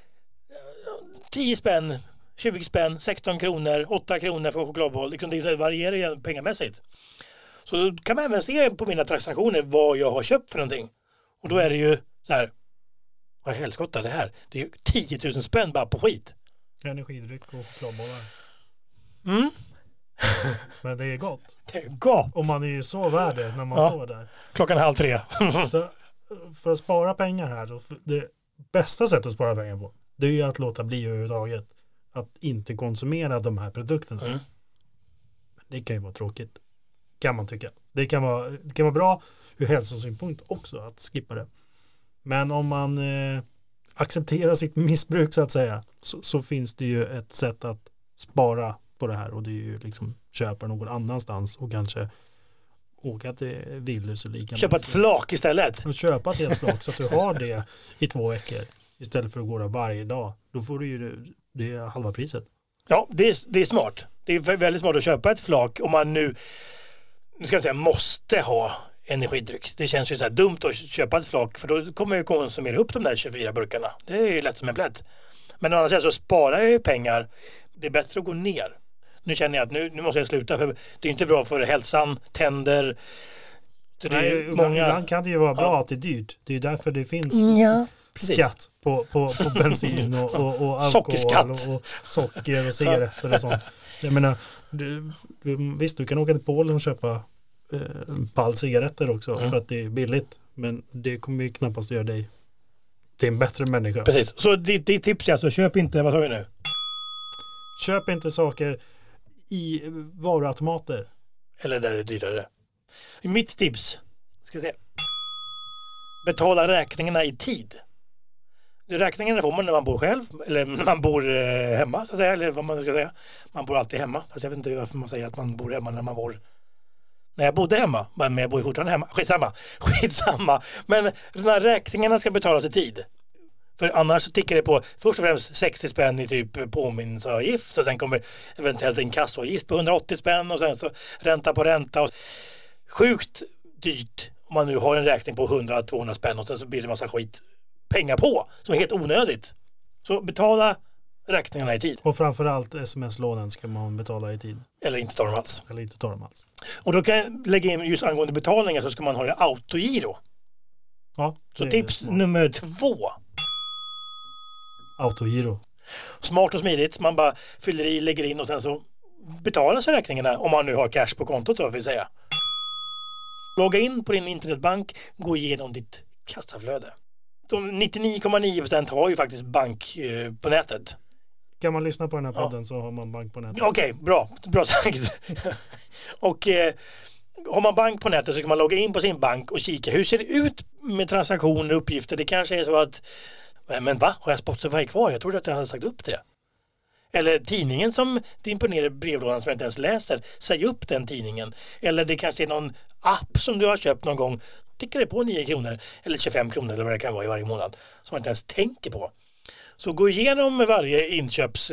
tio spänn, tjugo spänn, sexton kronor, åtta kronor för chokladboll. Liksom det varierar ju pengamässigt. Så då kan man även se på mina transaktioner vad jag har köpt för någonting. Och då är det ju så här, vad helskotta det här? Det är ju tio tusen spänn bara på skit. Energidryck och chokladbollar. Mm. Men det är gott. Det är gott. Och man är ju så värd det när man ja. står där. Klockan halv tre. Så för att spara pengar här, så det bästa sättet att spara pengar på, det är ju att låta bli överhuvudtaget. Att inte konsumera de här produkterna. Mm. Det kan ju vara tråkigt. Kan man tycka. Det kan vara, det kan vara bra ur hälsosynpunkt också att skippa det. Men om man eh, accepterar sitt missbruk så att säga, så, så finns det ju ett sätt att spara på det här och det är ju liksom köpa någon annanstans och kanske åka till Willys och lika. Köpa ett flak istället. Och köpa ett helt flak så att du har det i två veckor istället för att gå där varje dag. Då får du ju det är halva priset. Ja, det är, det är smart. Det är väldigt smart att köpa ett flak om man nu, nu ska jag säga, måste ha energidryck. Det känns ju så här dumt att köpa ett flak för då kommer jag konsumera upp de där tjugofyra burkarna. Det är ju lätt som en plätt. Men å andra sidan så sparar jag ju pengar. Det är bättre att gå ner. Nu känner jag att nu, nu måste jag sluta för det är inte bra för hälsan, tänder. Det Nej, är många... Ibland kan det ju vara bra ja. att det är dyrt. Det är därför det finns ja, skatt på, på, på bensin och, och, och alkohol och, och socker och cigaretter och sånt. Jag menar, du, du, visst du kan åka till Polen och köpa eh, en pall cigaretter också mm. för att det är billigt. Men det kommer ju knappast göra dig till en bättre människa. Precis, så ditt, ditt tips är alltså köp inte, vad sa vi nu? Köp inte saker i varuautomater. Eller där det är dyrare. Mitt tips, ska vi se. Betala räkningarna i tid. Räkningarna får man när man bor själv eller när man bor eh, hemma så att säga, eller vad man ska säga. Man bor alltid hemma. Fast jag vet inte varför man säger att man bor hemma när man bor. När jag bodde hemma, men jag bor fortfarande hemma. Skitsamma. Skitsamma. Men de här räkningarna ska betalas i tid. För annars så tickar det på först och främst sextio spänn i typ påminnelseavgift och sen kommer eventuellt en kassaavgift på hundraåttio spänn och sen så ränta på ränta. Och sjukt dyrt om man nu har en räkning på hundra till tvåhundra spänn och sen så blir det en massa skit pengar på som är helt onödigt. Så betala räkningarna i tid. Och framförallt sms-lånen ska man betala i tid. Eller inte ta dem alls. Eller inte ta dem alls. Och då kan jag lägga in just angående betalningar så ska man ha det autogiro. Ja, Så det är tips smart. nummer två. Autogiro. Smart och smidigt. Man bara fyller i, lägger in och sen så betalar sig räkningarna om man nu har cash på kontot då, vill säga. Logga in på din internetbank, gå igenom ditt kassaflöde. De nittionio komma nio procent har ju faktiskt bank eh, på nätet. Kan man lyssna på den här Ja. podden så har man bank på nätet. Okej, okay, bra. Bra sagt. Och eh, har man bank på nätet så kan man logga in på sin bank och kika. Hur ser det ut med transaktioner och uppgifter? Det kanske är så att, men va? Har jag Spotify kvar? Jag trodde att jag hade sagt upp det. Eller tidningen som dimponerar brevlådan som jag inte ens läser. Säg upp den tidningen. Eller det kanske är någon app som du har köpt någon gång. Tickar det på nio kronor eller tjugofem kronor eller vad det kan vara i varje månad. Som man inte ens tänker på. Så gå igenom varje inköps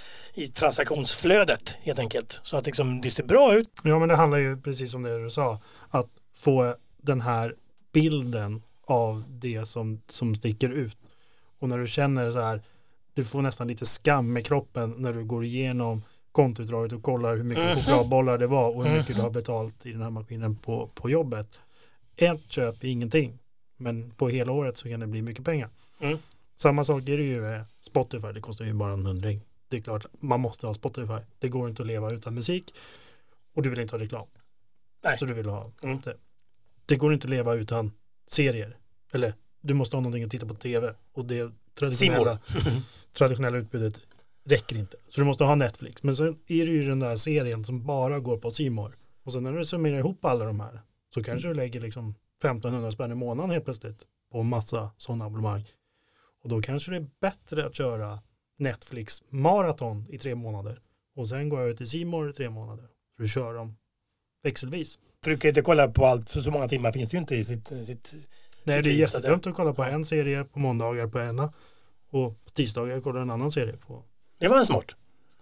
i transaktionsflödet helt enkelt. Så att liksom, det ser bra ut. Ja, men det handlar ju precis om det du sa. Att få den här bilden av det som, som sticker ut. Och när du känner så här, du får nästan lite skam med kroppen när du går igenom kontoutdraget och kollar hur mycket Mhm. chokladbollar det var och hur mycket Mhm. du har betalt i den här maskinen på, på jobbet. Ett köp är ingenting. Men på hela året så kan det bli mycket pengar. Mm. Samma sak är det ju med Spotify. Det kostar ju bara en hundring. Det är klart, man måste ha Spotify. Det går inte att leva utan musik. Och du vill inte ha reklam. Nej. Så du vill ha Mm. det. Det går inte att leva utan serier. Eller du måste ha någonting att titta på tv. Och det traditionella, traditionella utbudet räcker inte. Så du måste ha Netflix. Men så är det ju den där serien som bara går på C More. Och sen när du summerar ihop alla de här så kanske du lägger liksom femtonhundra spänn i månaden helt plötsligt på massa sådana abonnemang. Och då kanske det är bättre att köra Netflix maraton i tre månader. Och sen går jag ut till C More i tre månader. Så du kör dem växelvis. För du kan inte kolla på allt, för så många timmar finns det ju inte i sitt... sitt Nej, sitt det är liv, så att jättedumt att kolla på en serie på måndagar på ena. Och på tisdagar kollar en annan serie på. Det var en smart.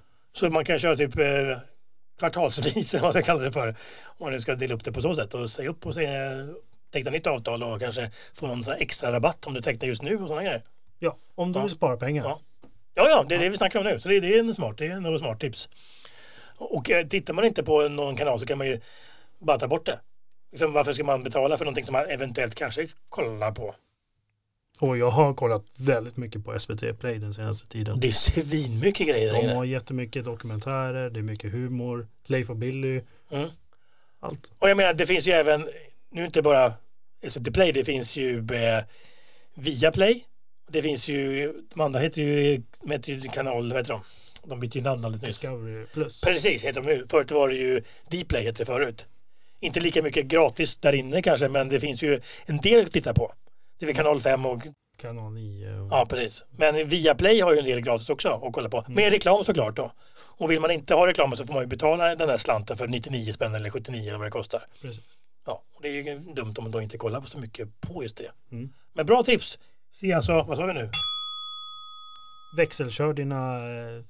Så man kan köra typ eh, kvartalsvis, eller vad man ska kalla det för. Om man nu ska dela upp det på så sätt och säga upp och säga, teckna nytt avtal och kanske få någon sån här extra rabatt om du tecknar just nu och sådana grejer. Ja, om du Ja. vill spara pengar. Ja. Ja, ja, det är det vi snackar om nu. Så det, det är en smart, det är något smart tips. Och eh, tittar man inte på någon kanal så kan man ju bara ta bort det. Liksom, varför ska man betala för någonting som man eventuellt kanske kollar på? Och jag har kollat väldigt mycket på S V T Play den senaste tiden. Det är svinmycket grejer där De inne. har jättemycket dokumentärer, det är mycket humor, Leif och Billy, Mm. allt. Och jag menar, det finns ju även, nu inte bara S V T Play, det finns ju eh, Viaplay. Det finns ju, de andra heter ju, de heter ju kanal, vad heter de? De byter ju namn alldeles nyss. Discovery Plus. Precis, heter de nu. Förut var det ju Dplay, heter det förut. Inte lika mycket gratis där inne kanske, men det finns ju en del att titta på. Det är väl kanal fem och, Kanal nio. Och... ja precis. Men Viaplay har ju en del gratis också att kolla på. Med reklam såklart då. Och vill man inte ha reklam så får man ju betala den där slanten för nittionio spänn eller sjuttionio eller vad det kostar. Precis. Ja, och det är ju dumt om man då inte kollar på så mycket på just det. Mm. Men bra tips. Se alltså, vad sa vi nu? Växelkör dina eh,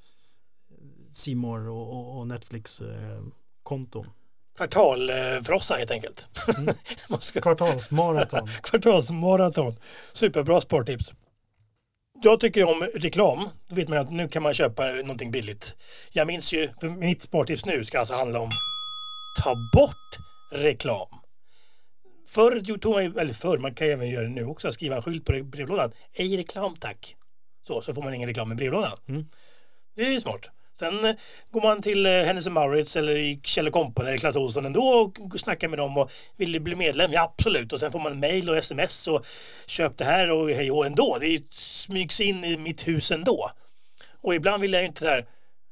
C More och, och, och Netflix eh, konton. Kvartalfrossa helt enkelt. Mm. Man ska- Kvartalsmaraton. Kvartalsmaraton. Superbra sporttips. Jag tycker om reklam. Då vet man att nu kan man köpa någonting billigt. Jag minns ju, för mitt sporttips nu ska alltså handla om ta bort reklam. Förr tog man ju, eller förr, man kan ju även göra det nu också, skriva en skylt på brevlådan. Ej reklam tack. Så, så får man ingen reklam i brevlådan. Mm. Det är ju smart. Sen eh, går man till eh, Hennes och Mauritz eller i Kjell Company eller Clas Ohlson ändå och snackar med dem och vill bli medlem. Ja, absolut. Och sen får man mail och sms och köp det här och hej och ändå. Det smygs in i mitt hus ändå. Och ibland vill jag ju inte så här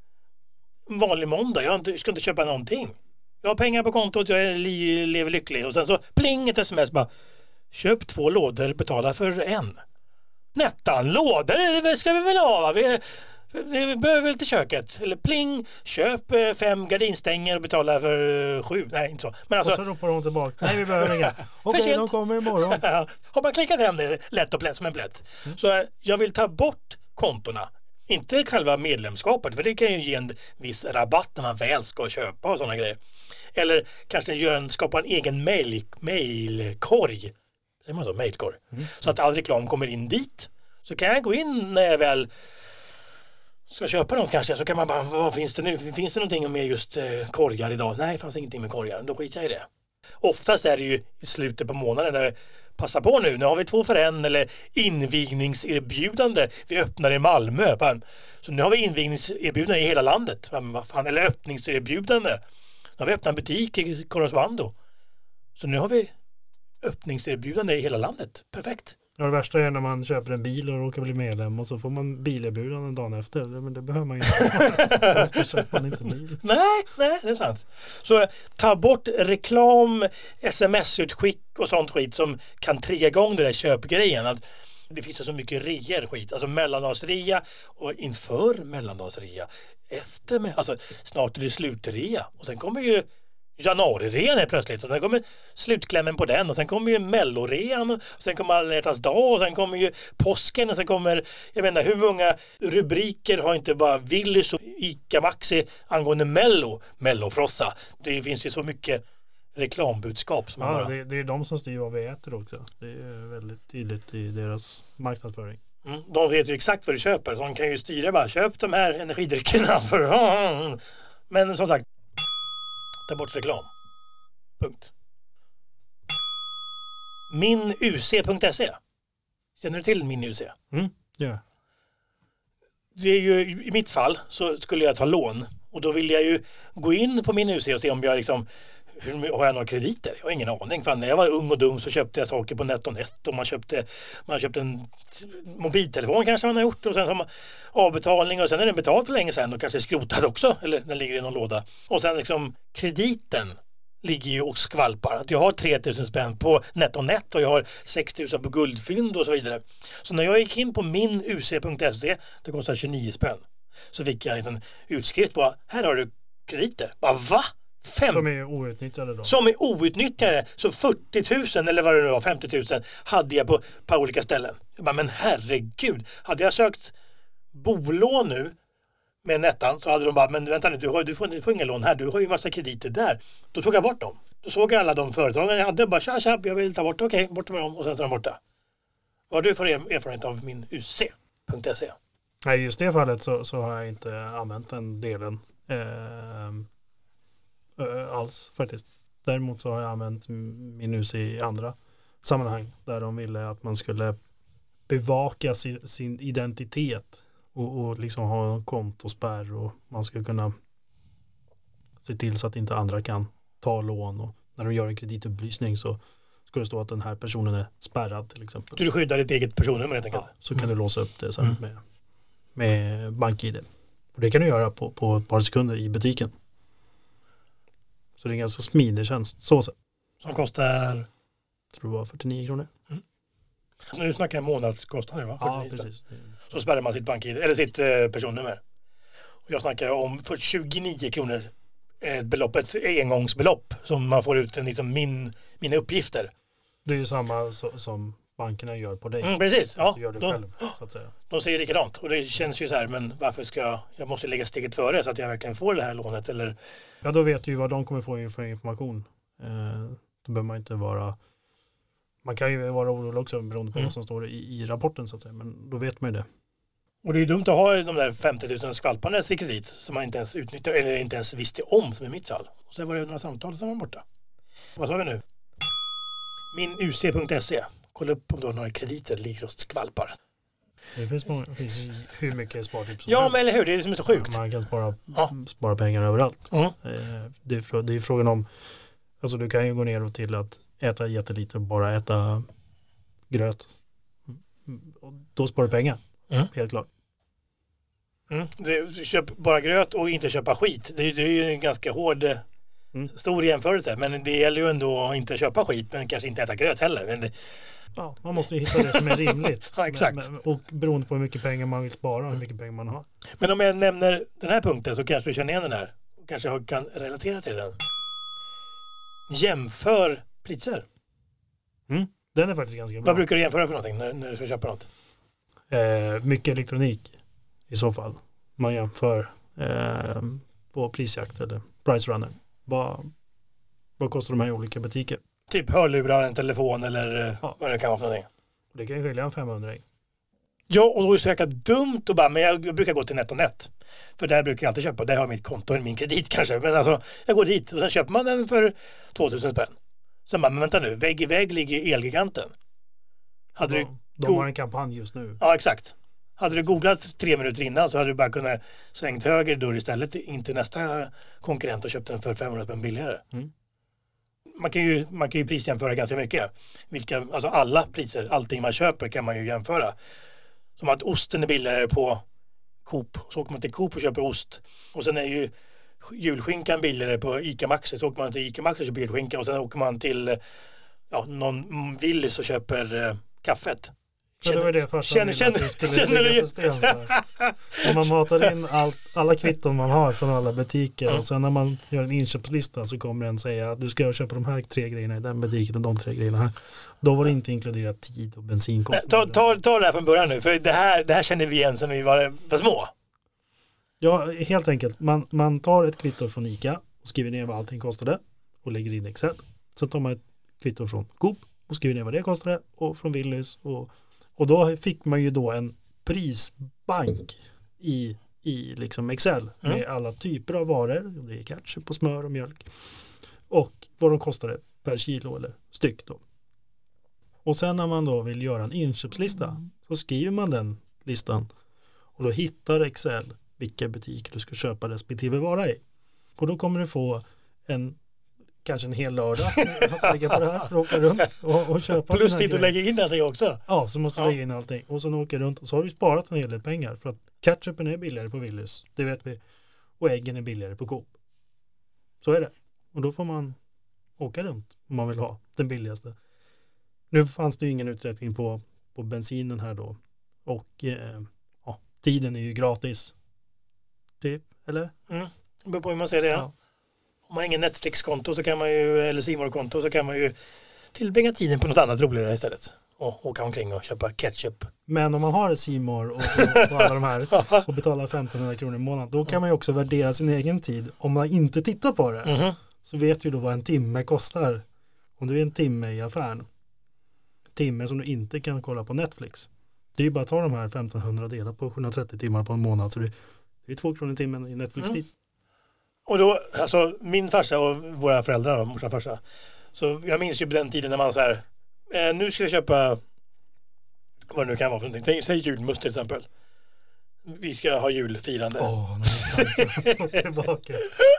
en vanlig måndag. Jag, inte, jag ska inte köpa någonting. Jag har pengar på kontot, jag är, li, lever lycklig. Och sen så pling ett sms bara. Köp två lådor, betala för en. Nettan, lådor det ska vi väl ha va? Vi, vi behöver väl till köket. Eller pling, köp eh, fem gardinstänger och betala för eh, sju. Nej, inte så. Men Och så alltså, ropar hon tillbaka. Nej, vi behöver inga. Okej, sent. de kommer imorgon. har man klickat hem det lätt och plätt som en plätt. Mm. Så eh, jag vill ta bort kontona. Inte själva medlemskapet, för det kan ju ge en viss rabatt när man väl ska köpa och sådana grejer. Eller kanske göra en, skapa en egen mail, mailkorg. Säger man så? Mailkorg. Mm. Så att all reklam kommer in dit. Så kan jag gå in när jag väl ska köpa något kanske så kan man bara, vad finns det nu? Finns det någonting med just eh, korgar idag? Nej, det fanns ingenting med korgar. Då skiter jag i det. Oftast är det ju i slutet på månaden där passa på nu. Nu har vi två för en eller invigningserbjudande. Vi öppnar i Malmö. Så nu har vi invigningserbjudande i hela landet. Vad fan, eller öppningserbjudande. Nu har vi öppnat en butik i Corosbando. Så nu har vi öppningserbjudande i hela landet. Perfekt. Ja, det värsta är när man köper en bil och råkar bli medlem och så får man bilerbjudanden dagen efter. Men det behöver man ju inte. Efter köper man inte bil. Nej, nej, det är sant. Så ta bort reklam, sms-utskick och sånt skit som kan trigga igång det där köpgrejen. Att det finns så mycket reor skit. Alltså mellandagsrea och inför mellandagsrea. Efter med, alltså snart är det slutrea. Och sen kommer ju januarirean är plötsligt. Och sen kommer slutklämmen på den. Och sen kommer ju mellorean. Och sen kommer alla hjärtans dag. Och sen kommer ju påsken. Och sen kommer, jag vet inte, hur många rubriker har inte bara Willys och Ica Maxi angående mello. Mellofrossa. Det finns ju så mycket reklambudskap. Som ja, bara... det, det är de som styr vad vi äter också. Det är väldigt tydligt i deras marknadsföring. Mm, de vet ju exakt vad du köper. Så de kan ju styra bara, köp de här energidryckerna. För... Men som sagt, ta bort reklam. Punkt. min u c punkt se. Känner du till min U C? Mm, ja. Det är ju, i mitt fall så skulle jag ta lån. Och då vill jag ju gå in på min U C och se om jag liksom, hur har jag några krediter? Jag har ingen aning. Fan, när jag var ung och dum så köpte jag saker på NetOnNet och man köpte, man köpte en mobiltelefon kanske man har gjort och sen har man avbetalning och sen är den betald för länge sedan och kanske skrotad också eller den ligger i någon låda. Och sen liksom krediten ligger ju och skvalpar. Att jag har tre tusen spänn på NetOnNet och jag har sex tusen på guldfynd och så vidare. Så när jag gick in på min u c punkt se, det kostar tjugonio spänn, så fick jag en liten utskrift på, här har du krediter. Bara, va? Fem. Som är outnyttjade då? Som är outnyttjade. Så fyrtio tusen eller vad det nu var, femtio tusen hade jag på ett par olika ställen. Jag bara, men herregud, hade jag sökt bolån nu med Nettan så hade de bara, men vänta nu, du, har, du, får, du får inga lån här, du har ju massa krediter där. Då tog jag bort dem. Då såg jag alla de företagen jag hade, bara tja, tja, jag vill ta bort, okej, okay, bort med dem och sen är de borta. Vad har du för erfarenhet av min u c punkt se? Nej, just det fallet så, så har jag inte använt den delen eh, alls faktiskt. Däremot så har jag använt min U C i andra sammanhang där de ville att man skulle bevaka sin, sin identitet och, och liksom ha en kontospärr och man ska kunna se till så att inte andra kan ta lån och när de gör en kreditupplysning så ska det stå att den här personen är spärrad till exempel. Så du skyddar ditt eget personnummer helt enkelt? Ja, så kan mm. du låsa upp det sen mm. med, med BankID. Och det kan du göra på, på ett par sekunder i butiken. Så det är en ganska smidig tjänst. Så så. Som kostar? Jag tror det var fyrtionio kronor. Mm. Så nu snackar jag månadskostnader va? Ja, precis. Så spärrar man sitt BankID, eller sitt eh, personnummer. Och jag snackar om för tjugonio kronor ett belopp, ett engångsbelopp som man får ut en, liksom min, mina uppgifter. Det är ju samma så, som bankerna gör på dig. Mm, precis, ja. Du gör det de, själv, så att säga. De säger likadant och det känns ju så här, men varför ska jag, jag måste lägga steget före så att jag verkligen får det här lånet eller? Ja, då vet du ju vad de kommer få för information. Eh, då behöver man inte vara, man kan ju vara orolig också beroende på mm. vad som står i, i rapporten så att säga, men då vet man ju det. Och det är ju dumt att ha de där femtio tusen skvalparnas i kredit som man inte ens utnyttjar eller inte ens visste om som i mitt fall. Och sen var det några samtal som var borta. Vad sa vi nu? min u c punkt se. Kolla upp om du har några krediter ligger hos skvalpar. Det finns, många, det finns hur mycket spartips som Ja, helst. men eller hur? Det är som är så sjukt. Man kan spara, ja. spara pengar överallt. Mm. Eh, det, är, det är frågan om, alltså du kan ju gå ner och till att äta jättelite och bara äta gröt. Och då sparar du pengar, mm. helt klart. Mm. Det, köp bara gröt och inte köpa skit. Det, det är ju en ganska hård, mm. stor jämförelse. Men det gäller ju ändå att inte köpa skit, men kanske inte äta gröt heller. Men det... Ja, man måste ju hitta det som är rimligt. Ja, exakt. Men, men, och beroende på hur mycket pengar man vill spara och hur mycket pengar man har. Men om jag nämner den här punkten så kanske du känner igen den här. Och kanske kan relatera till den. Jämför priser. Mm. Den är faktiskt ganska bra. Vad brukar du jämföra för någonting när, när du ska köpa något? Eh, mycket elektronik i så fall. Man jämför eh, på prisjakt eller price runner. Vad, vad kostar de här i olika butiker? Typ hörlurar, en telefon eller ja. vad det kan vara för någonting. Det kan ju skilja en femhundra. Ja, och då är det så jäkla dumt och bara, men jag, jag brukar gå till NetOnNet. För där brukar jag alltid köpa, där har jag mitt konto, min kredit kanske. Men alltså, jag går dit och sen köper man den för tvåtusen spänn. Sen bara, men vänta nu, vägg i vägg ligger Elgiganten. Hade de, du de har en kampanj just nu. Ja, exakt. Hade du googlat tre minuter innan så hade du bara kunnat svängt höger dörr istället in till nästa konkurrent och köpt den för femhundra spänn billigare. Mm. Man kan ju, man kan ju prisjämföra ganska mycket. Vilka, alltså alla priser, allting man köper kan man ju jämföra. Som att osten är billigare på Coop. Så åker man till Coop och köper ost. Och sen är ju julskinkan billigare på Ica Maxi. Så åker man till Ica Maxi och köper julskinka. Och sen åker man till ja, någon Willys och köper eh, kaffet. Så det var det första känner, känner, att vi skulle känner lägga system för. Om man matar in allt, alla kvitton man har från alla butiker mm. och sen när man gör en inköpslista så kommer den säga att du ska köpa de här tre grejerna i den butiken och de tre grejerna här. Då var det inte inkluderat tid och bensinkostnader. Ta, ta, ta det här från början nu, för det här, det här känner vi igen sen vi var för små. Ja, helt enkelt. Man, man tar ett kvitto från Ica och skriver ner vad allting kostade och lägger in Excel. Sen tar man ett kvitto från Coop och skriver ner vad det kostade och från Willys och Och då fick man ju då en prisbank i, i liksom Excel med mm. alla typer av varor. Det är ketchup och smör och mjölk. Och vad de kostade per kilo eller styck då. Och sen när man då vill göra en inköpslista så skriver man den listan. Och då hittar Excel vilka butiker du ska köpa respektive vara i. Och då kommer du få en kanske en hel lördag att lägga på det här, åka runt och, och köpa. Plus dit och lägga in allting också. Ja, så måste du ja. lägga in allting. Och sen åka runt och så har du sparat en hel del pengar för att ketchupen är billigare på Willys, det vet vi. Och äggen är billigare på Coop. Så är det. Och då får man åka runt om man vill ha den billigaste. Nu fanns det ju ingen uträkning på, på bensinen här då. Och eh, ja, tiden är ju gratis. Typ, eller? Mm. Det beror på hur man ser det, ja. ja. Om man har ingen Netflix-konto så kan man ju, eller C More-konto så kan man ju tillbringa tiden på något annat roligare istället. Och åka omkring och köpa ketchup. Men om man har ett C More och, och, och alla de här och betalar femtonhundra kronor i månaden, då kan man ju också värdera sin egen tid. Om man inte tittar på det mm-hmm. så vet ju då vad en timme kostar. Om du är en timme i affären. En timme som du inte kan kolla på Netflix. Det är ju bara att ta de här femtonhundra delat på sjuhundratrettio timmar på en månad. Så det, det är två kronor i timmen i Netflix-tid. Mm. Och då, alltså min farsa och våra föräldrar och morsan farsa. Så jag minns ju på den tiden när man så här, eh, nu ska vi köpa vad det nu kan vara för någonting. Säg julmust till exempel. Vi ska ha julfirande. Åh, nej, tillbaka.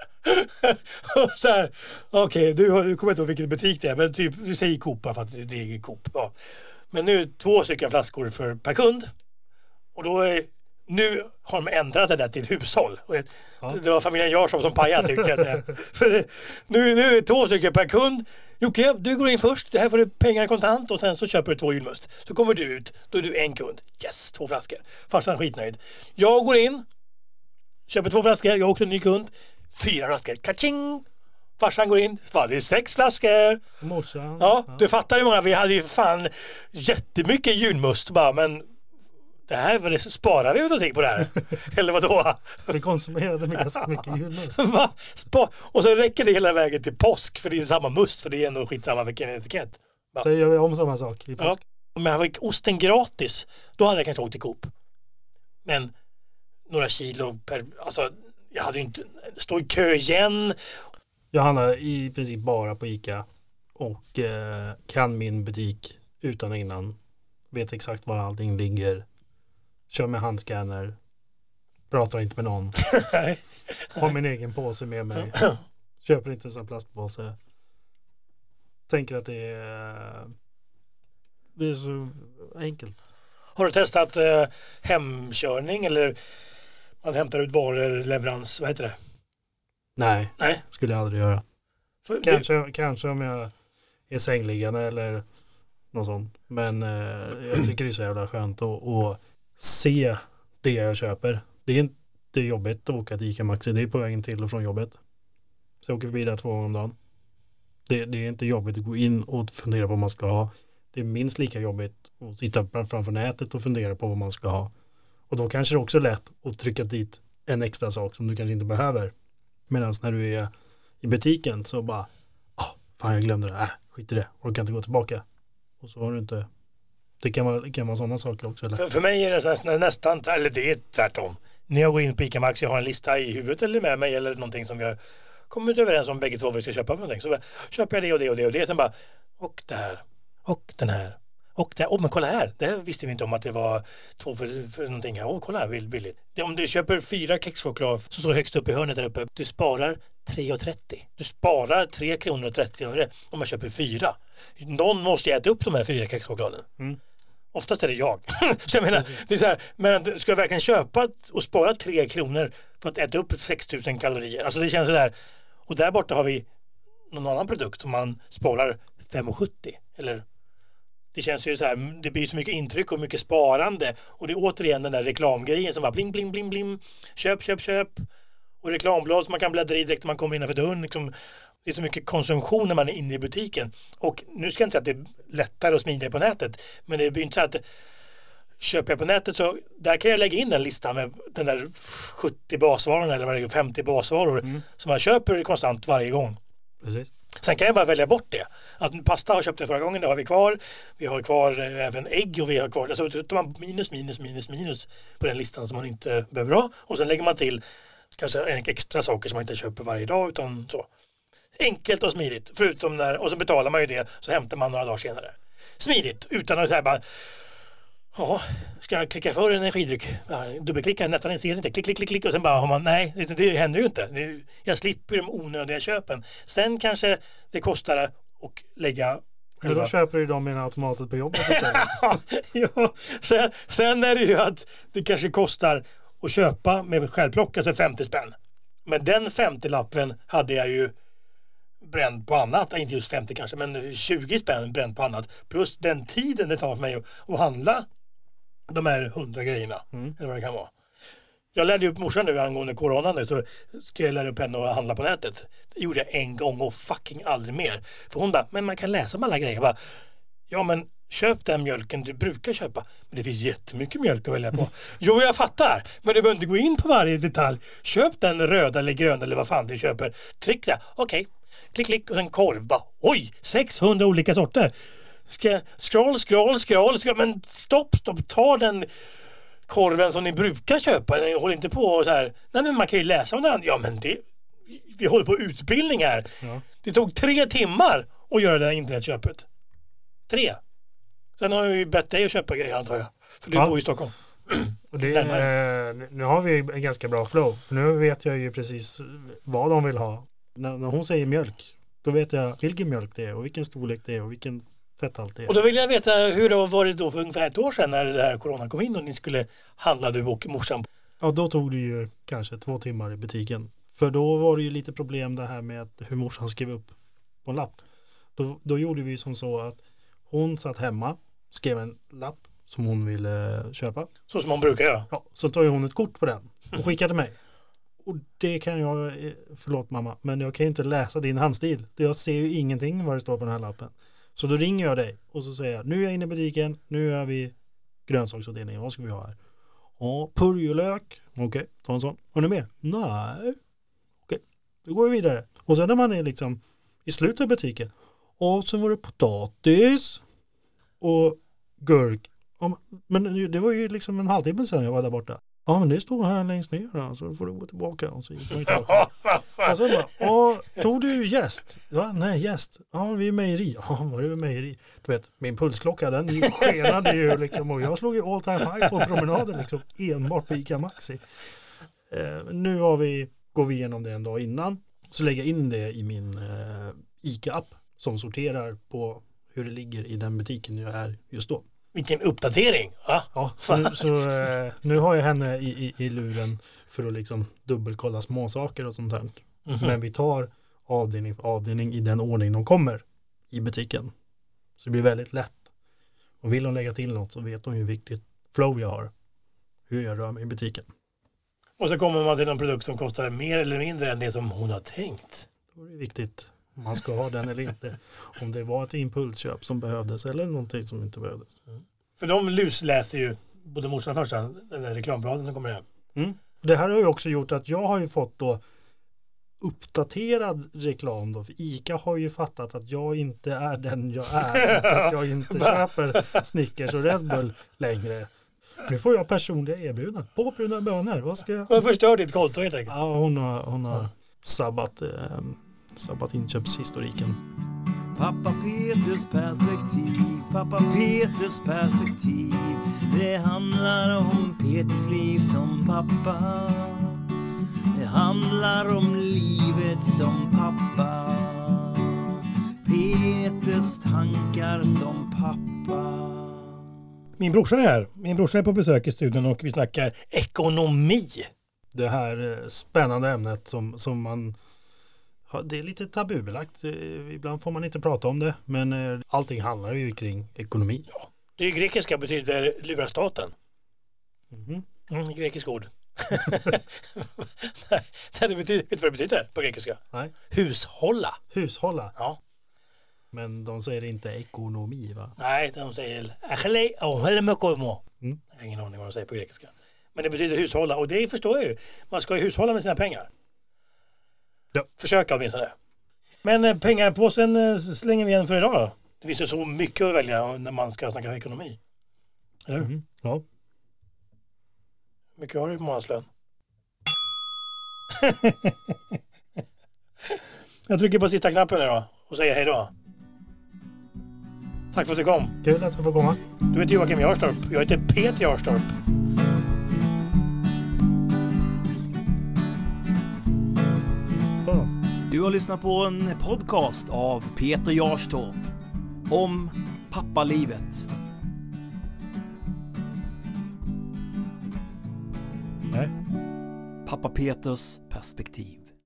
Och så här, okej, okay, du, du kommer inte ihåg vilken butik det är, men typ, vi säger Coop för att det är Coop. Ja. Men nu två stycken flaskor för per kund. Och då är nu har de ändrat det där till hushåll. Ja. Det var familjen Jarsson som pajade tycker jag säga. För det, nu, nu är det två stycken per kund. Jocke, du går in först. Det här får du pengar kontant och sen så köper du två julmust. Så kommer du ut. Då är du en kund. Yes, två flaskor. Farsan är skitnöjd. Jag går in. Köper två flaskor. Jag är också en ny kund. Fyra flaskor. Kaching! Farsan går in. Fan, det är sex flaskor. Morsan. Ja, du fattar hur många. Vi hade ju fan jättemycket julmust bara, men det här var det, sparar vi någonting på det här? Eller vadå? Vi konsumerade ganska mycket julmust. Va? Spa- och så räcker det hela vägen till påsk för det är samma must för det är ändå skitsamma vilken etikett. Va? Så gör vi om samma sak i påsk. Ja. Men jag fick osten gratis. Då hade jag kanske åkt till Coop. Men några kilo per... Alltså, jag hade ju inte... Stå i kö igen. Jag handlar i princip bara på Ica och eh, kan min butik utan och innan. Vet exakt var allting ligger. Kör med handscanner. Pratar inte med någon. Nej. Har min egen påse med mig. Köper inte en sån plastpåse. Tänker att det är det är så enkelt. Har du testat eh, hemkörning eller man hämtar ut varor, leverans, vad heter det? Nej, Nej. Skulle jag aldrig göra. För, kanske, det... kanske om jag är sängliggande eller något sånt. Men eh, jag tycker det är så jävla skönt att, att se det jag köper. Det är inte jobbigt att åka till Ica Maxi. Det är på vägen till och från jobbet. Så jag åker förbi där två gånger om dagen. Det, det är inte jobbigt att gå in och fundera på vad man ska ha. Det är minst lika jobbigt att sitta framför nätet och fundera på vad man ska ha. Och då kanske det också är lätt att trycka dit en extra sak som du kanske inte behöver. Medan när du är i butiken så bara, ah, fan jag glömde det. Äh, skit i det. Och du kan inte gå tillbaka. Och så har du inte Det kan vara, det kan vara sådana saker också. Eller? För, för mig är det så här, nästan, eller det är tvärtom. När jag går in på ICA Maxi, jag har en lista i huvudet eller med mig eller någonting som vi har kommit överens om bägge två vi ska köpa för någonting. Så bara, köper jag det och det och det och det. Sen bara, och det här, och den här. Och det här, oh, men kolla här, det här visste vi inte om att det var två för, för någonting här. Åh, kolla här, billigt. Det, om du köper fyra kexchoklad som står högst upp i hörnet där uppe, du sparar tre kronor trettio. Du sparar tre kronor trettio öre om man köper fyra. Någon måste äta upp de här fyra kexchokladen. Mm. Oftast är det jag. Så jag menar, det är så här, men ska jag verkligen köpa och spara tre kronor för att äta upp sex tusen kalorier? Alltså det känns så där. Och där borta har vi någon annan produkt som man sparar fem kronor sjuttio. Eller det känns ju så här, det blir så mycket intryck och mycket sparande. Och det är återigen den där reklamgrejen som bara bling, bling, bling, bling. Köp, köp, köp. Och reklamblad som man kan bläddra i direkt när man kommer innanför dörren. Liksom, det är så mycket konsumtion när man är inne i butiken. Och nu ska jag inte säga att det är lättare och smidigare på nätet. Men det blir inte så att köper jag på nätet så där kan jag lägga in en lista med den där sjuttio basvarorna eller vad det är, femtio basvaror mm. som man köper konstant varje gång. Precis. Sen kan jag bara välja bort det. Att pasta har köpt det förra gången, det har vi kvar. Vi har kvar även ägg och vi har kvar. Alltså tar man minus, minus, minus, minus på den listan som man inte behöver ha. Och sen lägger man till kanske extra saker som man inte köper varje dag utan så. Enkelt och smidigt. Förutom när, och så betalar man ju det så hämtar man några dagar senare. Smidigt, utan att säga bara ja, ska jag klicka för en energidryck? Ja, dubbelklicka, nästan ser inte. Klick, klick, klick, klick och sen bara har man, nej, det, det händer ju inte. Jag slipper de onödiga köpen. Sen kanske det kostar att lägga men då köper du dem i en automatet på jobbet ja, sen, sen är det ju att det kanske kostar att köpa med självplocka sig femtio spänn. Men den femtio-lappen hade jag ju bränd på annat, inte just femtio kanske, men tjugo spänn bränd på annat. Plus den tiden det tar för mig att, att handla de här hundra grejerna, mm. eller vad det kan vara. Jag lärde upp morsan nu angående corona nu, så ska jag lära upp henne att handla på nätet. Det gjorde jag en gång och fucking aldrig mer. För hon bara, men man kan läsa om alla grejer. Jag bara, ja men köp den mjölken du brukar köpa. Men det finns jättemycket mjölk att välja på. Jo, jag fattar. Men du behöver inte gå in på varje detalj. Köp den röda eller gröna eller vad fan du köper. Tryck där, okej. Okay. Klick, klick och sen korv. Bara, oj, sexhundra olika sorter. Ska scroll, scroll, scroll, scroll. Men stopp, stopp. Ta den korven som ni brukar köpa. Ni håller inte på och så här. Nej, men man kan ju läsa om den. Ja, men det, vi håller på utbildning här. Ja. Det tog tre timmar att göra det här internetköpet. Tre. Sen har vi bett dig att köpa grejer, antar jag. För du ja. bor i Stockholm. Och det, eh, nu har vi en ganska bra flow. För nu vet jag ju precis vad de vill ha. När, när hon säger mjölk, då vet jag vilken mjölk det är och vilken storlek det är och vilken fetthalt det är. Och då vill jag veta hur det har varit då för ungefär ett år sedan när det här corona kom in och ni skulle handla, du och morsan. Ja, då tog det ju kanske två timmar i butiken. För då var det ju lite problem det här med att hur morsan skrev upp på en lapp. Då, då gjorde vi som så att hon satt hemma, skrev en lapp som hon ville köpa. Så som hon brukar göra. Ja, så tog hon ett kort på den och skickade till mig. Och det kan jag, förlåt mamma, men jag kan inte läsa din handstil. Jag ser ju ingenting vad det står på den här lappen. Så då ringer jag dig och så säger jag, nu är jag inne i butiken, nu är vi grönsaksavdelningen, vad ska vi ha här? Ja, purjolök, okej, okay, ta en sån. Har ni mer? Nej, okej, okay. Då går vi vidare. Och sen när man är liksom i slutet av butiken, och så var det potatis och gurk. Ja, men det var ju liksom en halvtimme sedan jag var där borta. Ja, men det står här längst ner då, så får du gå tillbaka. Och så gick man tillbaka. Och sen bara, ja, tog du gäst? Ja, nej, gäst. Ja, vi är mejeri. Ja, var det mejeri? Du vet, min pulsklocka, den skenade ju liksom. Och jag slog ju all time high på promenaden liksom. Enbart på ICA Maxi. Eh, nu har vi, går vi igenom det en dag innan. Så lägger jag in det i min eh, ICA-app. Som sorterar på hur det ligger i den butiken jag är just då. Vilken uppdatering! Ah. Ja, så, nu, så eh, nu har jag henne i, i, i luren för att liksom dubbelkolla små saker och sånt här. Mm-hmm. Men vi tar avdelning för avdelning i den ordning de kommer i butiken. Så det blir väldigt lätt. Och vill hon lägga till något så vet hon ju vilket flow jag har. Hur jag rör mig i butiken. Och så kommer man till en produkt som kostar mer eller mindre än det som hon har tänkt. Då är det viktigt om man ska ha den eller inte. Om det var ett impulsköp som behövdes eller någonting som inte behövdes. Mm. För de lusläser ju både morsan och farsan, den där reklambladen som kommer hem. Mm. Det här har ju också gjort att jag har ju fått då uppdaterad reklam då. För ICA har ju fattat att jag inte är den jag är. Och att jag inte köper Snickers och Red Bull längre. Nu får jag personliga erbjudanden. Påbruna bönor. Vad ska jag? Hon har förstört ditt konto helt enkelt. Ja, hon har, hon har Ja. sabbat, eh, sabbat inköpshistoriken. Pappa Peters perspektiv, pappa Peters perspektiv. Det handlar om Peters liv som pappa. Det handlar om livet som pappa. Peters tankar som pappa. Min brorsa är här. Min brorsa är på besök i studion och vi snackar ekonomi. Det här eh, spännande ämnet som, som man har, det är lite tabubelagt. Eh, Ibland får man inte prata om det, men eh, allting handlar ju kring ekonomi. Ja. Det är ju grekiska, betyder lura staten. Mhm. Mm, grekisk ord. Nej, det betyder, vet du vad det betyder på grekiska? Nej. Hushålla. Hushålla. Ja. Men de säger inte ekonomi, va? Nej, de säger achele och helemokomo. Mm. Jag har ingen aning vad de säger på grekiska. Men det betyder hushålla och det förstår jag ju. Man ska ju hushålla med sina pengar. Ja. Försöka åtminstone. Men eh, pengapåsen eh, slänger vi igen för idag då. Det finns ju så mycket att välja när man ska snacka ekonomi. Eller hur? Mhm. Ja. Hur mycket har du i månadslön? Jag trycker på sista knappen nu då och säger hej då. Tack för att du kom. Kul att du får komma. Du heter Joakim Jarstorp. Jag heter Peter Jarstorp. Så. Du har lyssnat på en podcast av Peter Jarstorp om pappalivet. Nej. Pappa Peters perspektiv.